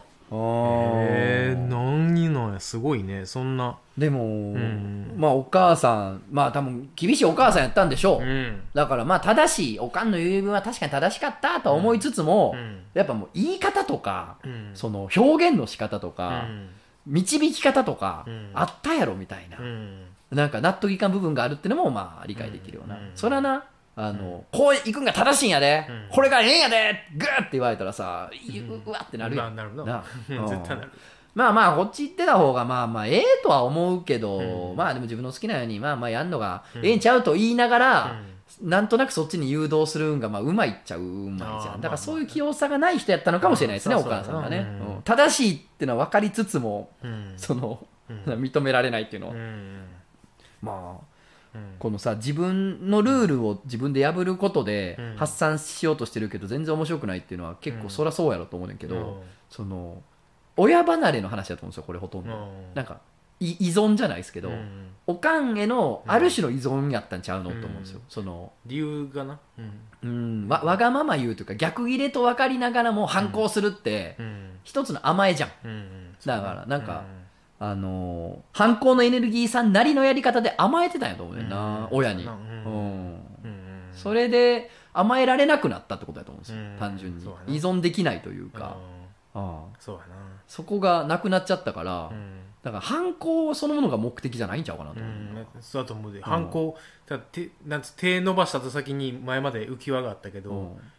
S2: 何なんや、すごいね。そんな
S1: でも、まあお母さん、まあ多分厳しいお母さんやったんでしょう、だからまあ正しい、おかんの言う分は確かに正しかったとは思いつつも、やっぱもう言い方とか、その表現の仕方とか、導き方とか、あったやろみたいな、なんか納得いかん部分があるっていうのもまあ理解できるような、それはな、こう行くんが正しいんやで、これがええんやでグーって言われたらさ、うわってなるやん。
S2: なるな絶対なる。
S1: まあまあこっち行ってた方がまあまあええとは思うけど、まあでも自分の好きなようにまあまあやんのがええんちゃうと言いながら、なんとなくそっちに誘導するんがまあうまいっちゃうまいじゃん。だからそういう器用さがない人やったのかもしれないですね、お母さんがね。正しいっていうのは分かりつつも、その認められないっていうのは、まあこのさ、自分のルールを自分で破ることで発散しようとしてるけど全然面白くないっていうのは結構そりゃそうやろと思うねんけど、その親離れの話だと思うんですよこれほとんど。なんか依存じゃないですけど、おかんへのある種の依存やったんちゃうのと思うんですよ。その
S2: 理由がな、
S1: わがまま言うというか逆ギレと分かりながらも反抗するって一つの甘えじゃん。だからなんか反抗のエネルギーさんなりのやり方で甘えてたんやと思うねんな、親に。それで甘えられなくなったってことだと思うんですよ、単純に依存できないというか。
S2: そうやな、
S1: そこがなくなっちゃったから、だから反抗そのものが目的じゃないんちゃうかなと思う。
S2: そうだと思うで、反抗なんつ手伸ばしたと先に前まで浮き輪があったけど、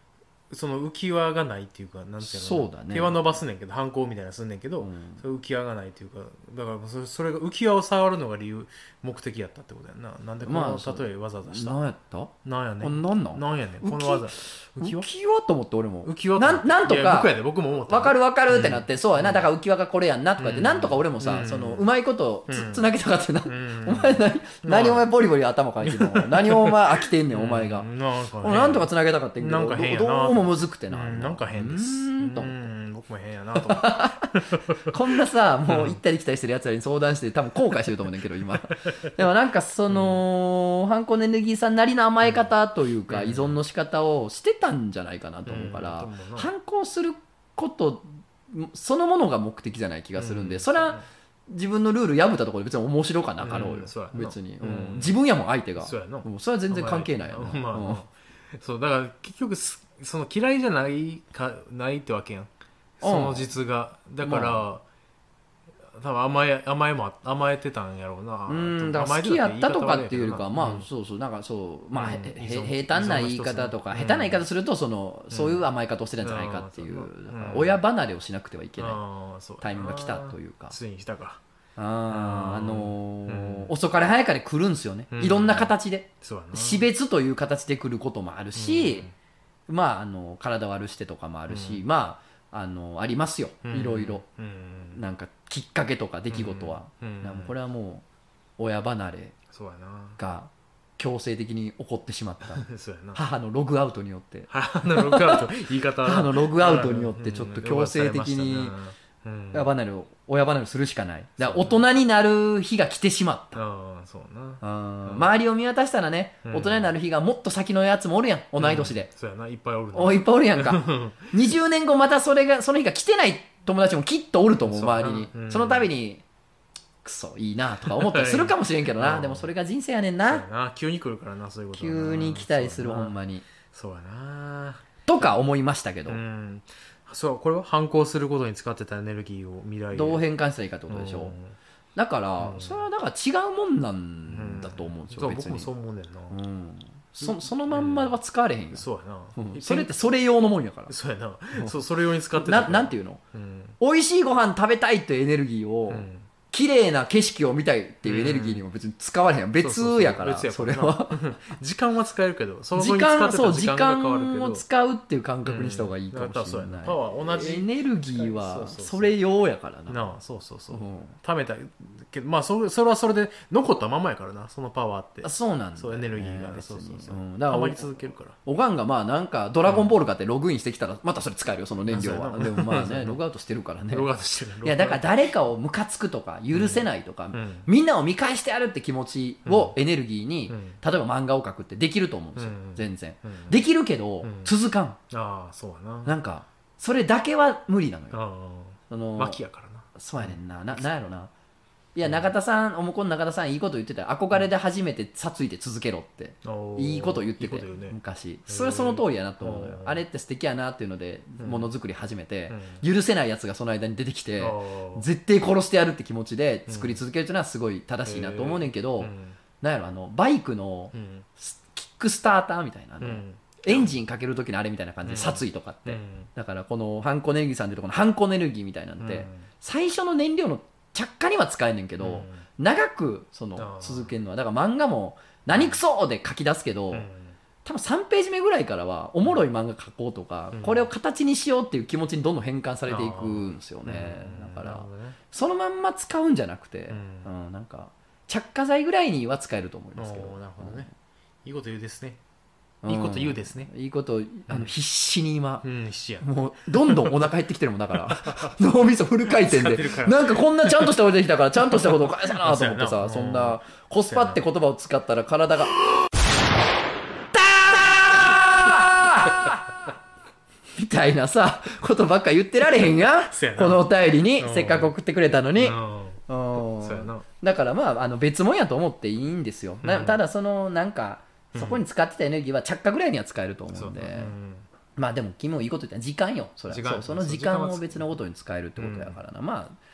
S2: その浮き輪がないっていうか、なんていうの、
S1: そうだね、
S2: 手は伸ばすねんけど、反抗みたいなすんねんけど、それ浮き輪がないっていうか、だからそれが浮き輪を触るのが目的やったってことやんな。なんでこの例えわざわざした？
S1: なんやった？
S2: なんやね
S1: ん。なん
S2: やねんこの技。
S1: 浮き輪と思って俺も。
S2: 浮き輪
S1: なんとか
S2: 僕も思った。
S1: わかるってなって、そうやな、だから浮き輪がこれやんなとか言って、なんとか俺もさ、そのうまいことつなげたかってな。お前何お前ボリボリ頭かいてんの？何お前飽きてんねんお前が。なんとかつなげたかってんけど、どうもむずくてな。
S2: なんか変です。僕も変やなと思って。
S1: こんなさ、もう行ったり来たりしてるやつらに相談して多分後悔してると思うねんけど今。でもなんかそのハンコエネルギーさんなりの甘え方というか依存の仕方をしてたんじゃないかなと思うから、反抗することそのものが目的じゃない気がするんで、それは自分のルール破ったところで別に面白かなかろうよ、別に、自分やもん相手が、それは全然関係ないよな。
S2: そうだから結局その嫌いじゃないってわけやん、その実が。だから、多分甘えてたんやろうな。
S1: だから好きやったとかっていうよりか、まあそうそう、なんかそう、まあ平坦な言い方とか、下手な言い方するとそういう甘え方をしてたんじゃないかっていう、親離れをしなくてはいけないタイミングが来たというか、
S2: ついに来たか。
S1: 遅かれ早かれ来るんですよね、いろんな形で。死別という形で来ることもあるし、まあ体悪してとかもあるし、まあありますよ、いろいろ、なんかきっかけとか出来事は、これはもう親離れが強制的に起こってしまった母のログアウトによって、
S2: 母のログアウト言い方
S1: 母のログアウトによってちょっと強制的に親離れをするしかない。だから大人になる日が来てしまった。周りを見渡したらね、大人になる日がもっと先のやつもおるやん、同い年で。
S2: そうやな、いっぱいおるな。
S1: いっぱいおるやんか。20年後またその日が来てない友達もきっとおると思う、周りに。その度にクソいいなとか思ったりするかもしれんけどな。でもそれが人生やねんな。
S2: 急に来るからな、そういうこと。
S1: 急に来たりする、ほんまに。
S2: そうやな
S1: とか思いましたけど。
S2: そう、これは反抗することに使ってたエネルギーを未来で
S1: どう変換したらいいかってことでしょ。だから、それはだから違うもんなんだと思うんですよ、別に。
S2: 僕もそう思うねんな。
S1: そのまんまは使われへんよ。
S2: そうやな。
S1: それってそれ用のもんやから。
S2: そうやな。それ用に使ってた。
S1: なんていうの、美味しいご飯食べたいっていうエネルギーを、綺麗な景色を見たいっていうエネルギーにも別に使われへん。別やから、それは。
S2: 時間は使えるけど、その
S1: 時間を使うっていう感覚にした方がいいかもしれない。
S2: パワー同じ。
S1: エネルギーはそれ用やからな。
S2: そう。貯めたけど、まあそれはそれで残ったままやからな、そのパワーって。
S1: そうなんだ。
S2: そう、エネルギーが。そう。
S1: だから
S2: たまり続けるから。
S1: おかんがまあなんかドラゴンボール買ってログインしてきたらまたそれ使えるよ、その燃料は。でもまあね、ログアウトしてるからね。
S2: ログアウトしてる。
S1: いやだから誰かをムカつくとか許せないとか、みんなを見返してやるって気持ちをエネルギーに、例えば漫画を描くってできると思うんですよ、全然。できるけど続かん。
S2: そうやな。
S1: なんかそれだけは無理なのよ。
S2: 巻やからな。
S1: そうやねんな。なんやろな。いや、中田さん、おもこの中田さんいいこと言ってたよ。憧れで初めてさついて続けろっていいこと言ってて、昔。それはその通りやなと思うのよ。あれって素敵やなっていうのでものづくり始めて、許せないやつがその間に出てきて絶対殺してやるって気持ちで作り続けるっていうのはすごい正しいなと思うねんけど、なんやろ、バイクのキックスターターみたいな、エンジンかける時のあれみたいな感じで殺意とかって、だからこのハンコエネルギーさんでいうとこのハンコエネルギーみたいなんて、最初の燃料の着火には使えんねんけど、長く続けるのは、だから漫画も何クソで書き出すけど、多分3ページ目ぐらいからはおもろい漫画書こうとか、これを形にしようっていう気持ちにどんどん変換されていくんですよね。だからそのまんま使うんじゃなくて、なんか着火剤ぐらいには使えると思いますけど。
S2: なるほどね。いいこと言うですね。いいこと言うですね。
S1: いいこと必死に今、
S2: 必死や。
S1: もうどんどんお腹減ってきてるもんだから脳みそフル回転でなんかこんなちゃんとしたことできたからちゃんとしたことを返さなと思ってさ、そんなコスパって言葉を使ったら体がみたいなさことばっか言ってられへんやん、このお便りにせっかく送ってくれたのに。だからまあ別物やと思っていいんですよ。ただそのなんかそこに使ってたエネルギーは着火ぐらいには使えると思うんで、まあでも君もいいこと言ったら時間よ。その時間を別のことに使えるってことやからな。まあ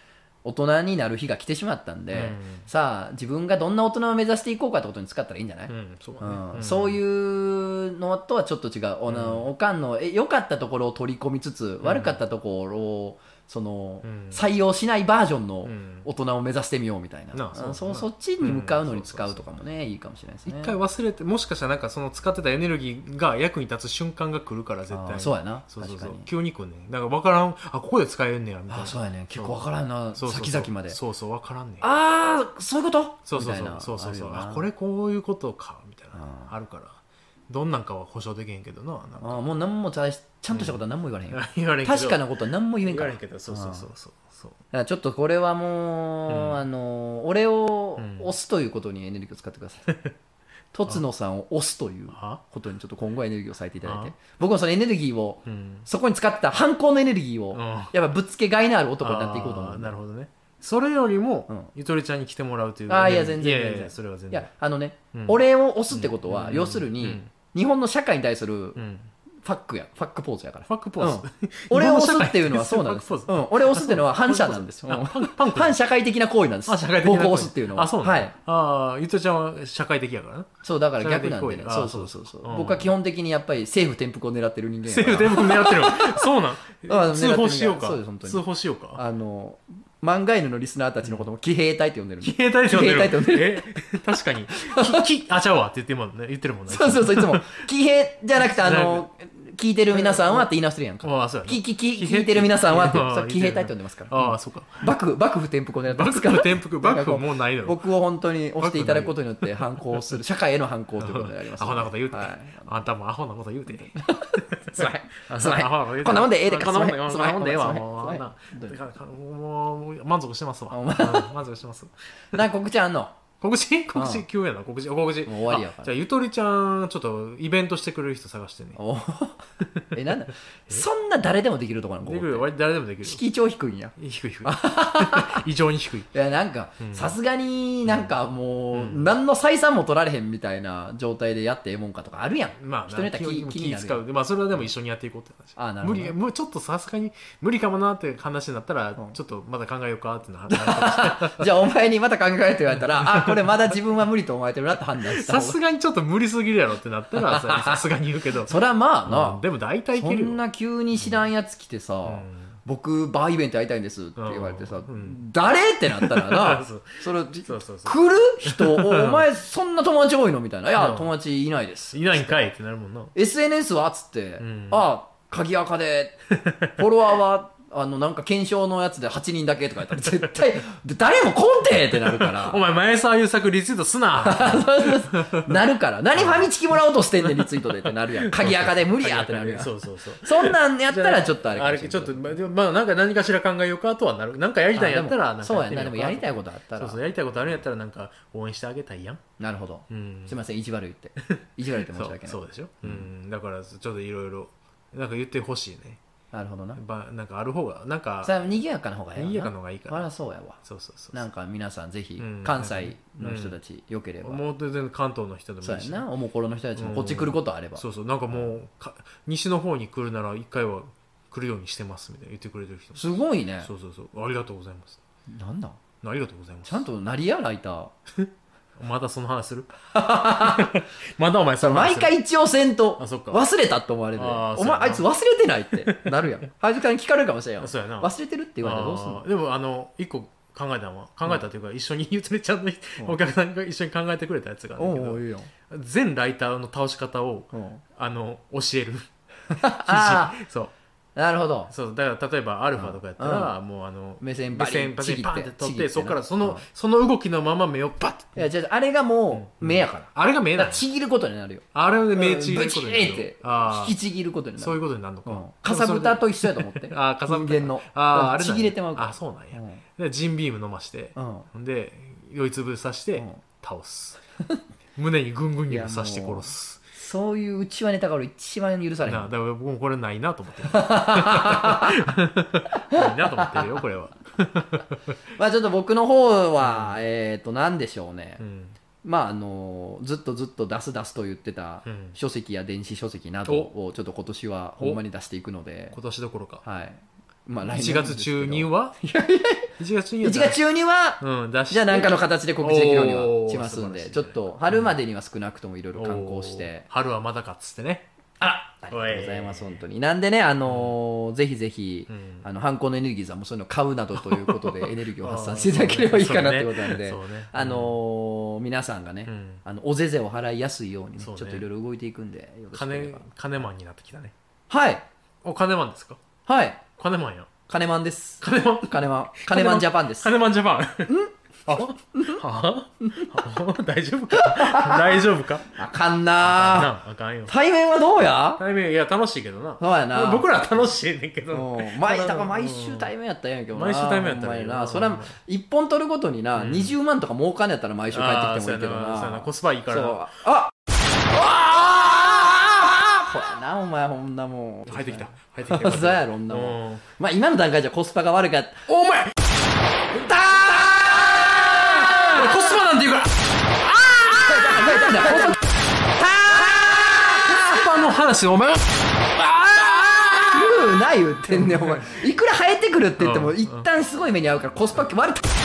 S1: 大人になる日が来てしまったんで、さあ自分がどんな大人を目指していこうかってことに使ったらいいんじゃない？そういうのとはちょっと違う。おかんの良かったところを取り込みつつ、悪かったところを採用しないバージョンの大人を目指してみようみたいな、そっちに向かうのに使うとかもね、いいかもしれないですね。
S2: 一回忘れて、もしかしたらその使ってたエネルギーが役に立つ瞬間が来るから、絶対
S1: そうやな。
S2: 確かに急に来るね。だから分からん、ここで使えんねやみたいな。
S1: そうやね、結構分からんな、先々まで。
S2: そうそう、分からんね。
S1: そういうこと、
S2: そうそうそう、これこういうことかみたいなあるから、どんなんかは保証できへんけどな。
S1: もう何もちゃんとしたことは何も言われへん。確かなことは何も言えんから。
S2: 言われへんけど、そう。だ
S1: からちょっとこれはもう、俺を押すということにエネルギーを使ってください。とつのさんを押すということにちょっと今後エネルギーを割いていただいて、僕もそのエネルギーを、そこに使ってた反抗のエネルギーを、やっぱぶっつけがいのある男になっていこうと思う。
S2: なるほどね。それよりも、ゆとりちゃんに来てもらうという。
S1: いや、全然。
S2: それは全然。
S1: いや、俺を押すってことは、要するに、日本の社会に対する、ファックポーズやから。
S2: ファックポーズ。
S1: 俺を押すっていうのはそうなんです。俺を押すっていうのは反射なんですよ。反社会的な行為なんです。僕を押すっていうのは。
S2: そうなんだ。ゆとりちゃんは社会的やからな。
S1: そう、だから逆なんでね。そう。僕は基本的にやっぱり政府転覆を狙ってる人間やから。
S2: 政府転覆狙ってる。そうなん。通報しようか。
S1: そうです、本当に。
S2: 通報しようか。
S1: 漫画犬のリスナーたちのことも騎兵隊って呼んでる。
S2: 騎兵隊って呼んでる。確かに。ちゃうわって言ってるもんね。
S1: そう、いつも。騎兵じゃなくて、聞いてる皆さんはって言い直してるやんか。聞いてる皆さんはって、騎兵隊って呼んでますから。
S2: そうか。
S1: 幕府転覆を狙ってますから。
S2: 幕府もうないの。
S1: 僕を本当に押していただくことによって反抗する、社会への反抗ということになります。
S2: アホなこと言うて。あんたもアホなこと言うて。
S1: すまへん。こんなもんでええでか。
S2: こんなもんでええわ。もう満足してますわ。満足してます。
S1: 告知あんの？
S2: 告知急やな。告知。もう終わりやから。じゃあゆとりちゃんちょっとイベントしてくれる人探してね。
S1: なんだそんな誰でもできるとこなの？
S2: できるよ。誰でもできる。
S1: 敷居超低いんや。
S2: 低い。異常に低い。い
S1: やさすがにもう何の採算も取られへんみたいな状態でやってええもんかとかあるやん。人によっては気になる。
S2: 使う。それはでも一緒にやっていこうって話。無理。もうちょっとさすがに無理かもなって話になったらちょっとまた考えようかって話。
S1: じゃあお前にまた考えって言われたらこれまだ自分は無理と思われてるなって判断した
S2: さすがにちょっと無理すぎるやろってなったらさすがに言うけど
S1: そりゃまあな、
S2: でも大体いけるよ。
S1: そんな急に知らんやつ来てさ、僕バーイベントやりたいんですって言われてさ、誰ってなったらなそれ来る人お前そんな友達多いのみたいな。いや友達いないです。
S2: いないんかいってなるもんな。
S1: SNS はっつって鍵垢でフォロワーはなんか検証のやつで8人だけとか言ったら絶対誰も来んてってなるから
S2: お前前澤友作リツイートすな
S1: なるから何ファミチキもらおうとしてんねんリツイートでってなるやん。鍵垢で無理やってなるやん。
S2: そう
S1: そんなんやったらちょっとあれかもしれない。
S2: ちょっとなんか何かしら考えようかとはなる。なんかやりたいんやったら
S1: そうやな。でもやりたいことあったら
S2: やりたいことあるんやったらなんか応援してあげたいやん。
S1: なるほど。すいません意地悪言って意地悪言って申し訳ない。
S2: そうでしょ。だからちょっといろいろなんか言ってほしいね。
S1: なるほどな。
S2: なんかある方がなんか
S1: にぎやかな方がいいな。
S2: にぎやかな方がいいから。
S1: そうやわ。
S2: そう
S1: なんか皆さんぜひ関西の人たちよければ、
S2: もう全然関東の人でもいいし、
S1: そうやな。おもころの人たちもこっち来ることあれば、
S2: なんかもう西の方に来るなら一回は来るようにしてますみたいな言ってくれてる人
S1: すごいね。
S2: そうありがとうございます。
S1: なんだ
S2: ありがとうございます。
S1: ちゃんとなりやライター
S2: まだその話するまだお前その話
S1: 毎回一応せんと忘れたって思われて、お前あいつ忘れてないってなるやん。はじかに聞かれるかもしれんやん。忘れてるって言われたらどうすんの。
S2: でも一個考えたというか一緒にゆとりちゃんのお客さんが一緒に考えてくれたやつがあるんだけど、全ライターの倒し方を教えるそう
S1: なるほど。
S2: そうだから例えばアルファとかやったらもう
S1: 目線バリン
S2: パンって取ってそこからその動きのまま目をバッて。
S1: いやじゃああれがもう目やから。
S2: あれが目だ。
S1: ちぎることになるよ。
S2: あれで目ちぎることになる。
S1: 引きちぎることになる。
S2: そういうことになるのか。
S1: かさぶたと一緒やと思って。人間の。あれちぎれてまうから。
S2: そうなんや。ジンビーム飲ましてで酔いつぶさして倒す。胸にぐんぐんに刺して殺す。
S1: そういううちわネタが俺一番許されへん。
S2: だから僕もこれないなと思ってる。ないなと思ってるよこれは。
S1: まあちょっと僕の方はなんでしょうね。まあずっと出すと言ってた書籍や電子書籍などをちょっと今年はほんまに出していくので。
S2: 今年どころか。
S1: はい。まあ来
S2: 年1月中には。 1月中に
S1: 1月中には、
S2: 出して、
S1: じゃあ何かの形で告知できるようにはしますんで、ちょっと春までには少なくともいろいろ観光して。
S2: 春はまだかっつってね。
S1: ありがとうございます、本当に。なんでね、ぜひぜひ、犯行のエネルギーさんもそういうのを買うなどということで、エネルギーを発散していただければいいかなってことなんで、皆さんがね、おぜぜを払いやすいように、ちょっといろいろ動いていくんで、よろしければ。
S2: 金マンになってきたね。
S1: はい。
S2: お、金マンですか？
S1: はい。
S2: 金マンや。
S1: 金マンです。
S2: 金マン
S1: 金マンジャパンです。
S2: 金マンジャパン。あは大丈夫か大丈夫か
S1: あかんな
S2: あかんよ。
S1: 対面はどうや？
S2: 対面、いや、楽しいけどな。
S1: そうやな。
S2: 僕らは楽しいねんけど。
S1: だから毎週対面やったらええんやけどな。
S2: 毎週対面やったらええ
S1: な。それは、1本取るごとにな、20万とか儲かんやったら毎週帰ってきてもいいけどな。
S2: そうやな、コスパいいからな。
S1: あほやな、お前ほんなもん。
S2: 入ってきた。
S1: そうやろ、ほんなもん。まあ今の段階じゃコスパが悪かった。
S2: お前コスパなんて言うからコスパの話お前
S1: 言うってんねんお前。いくら生えてくるって言っても一旦すごい目に遭うからコスパ悪い。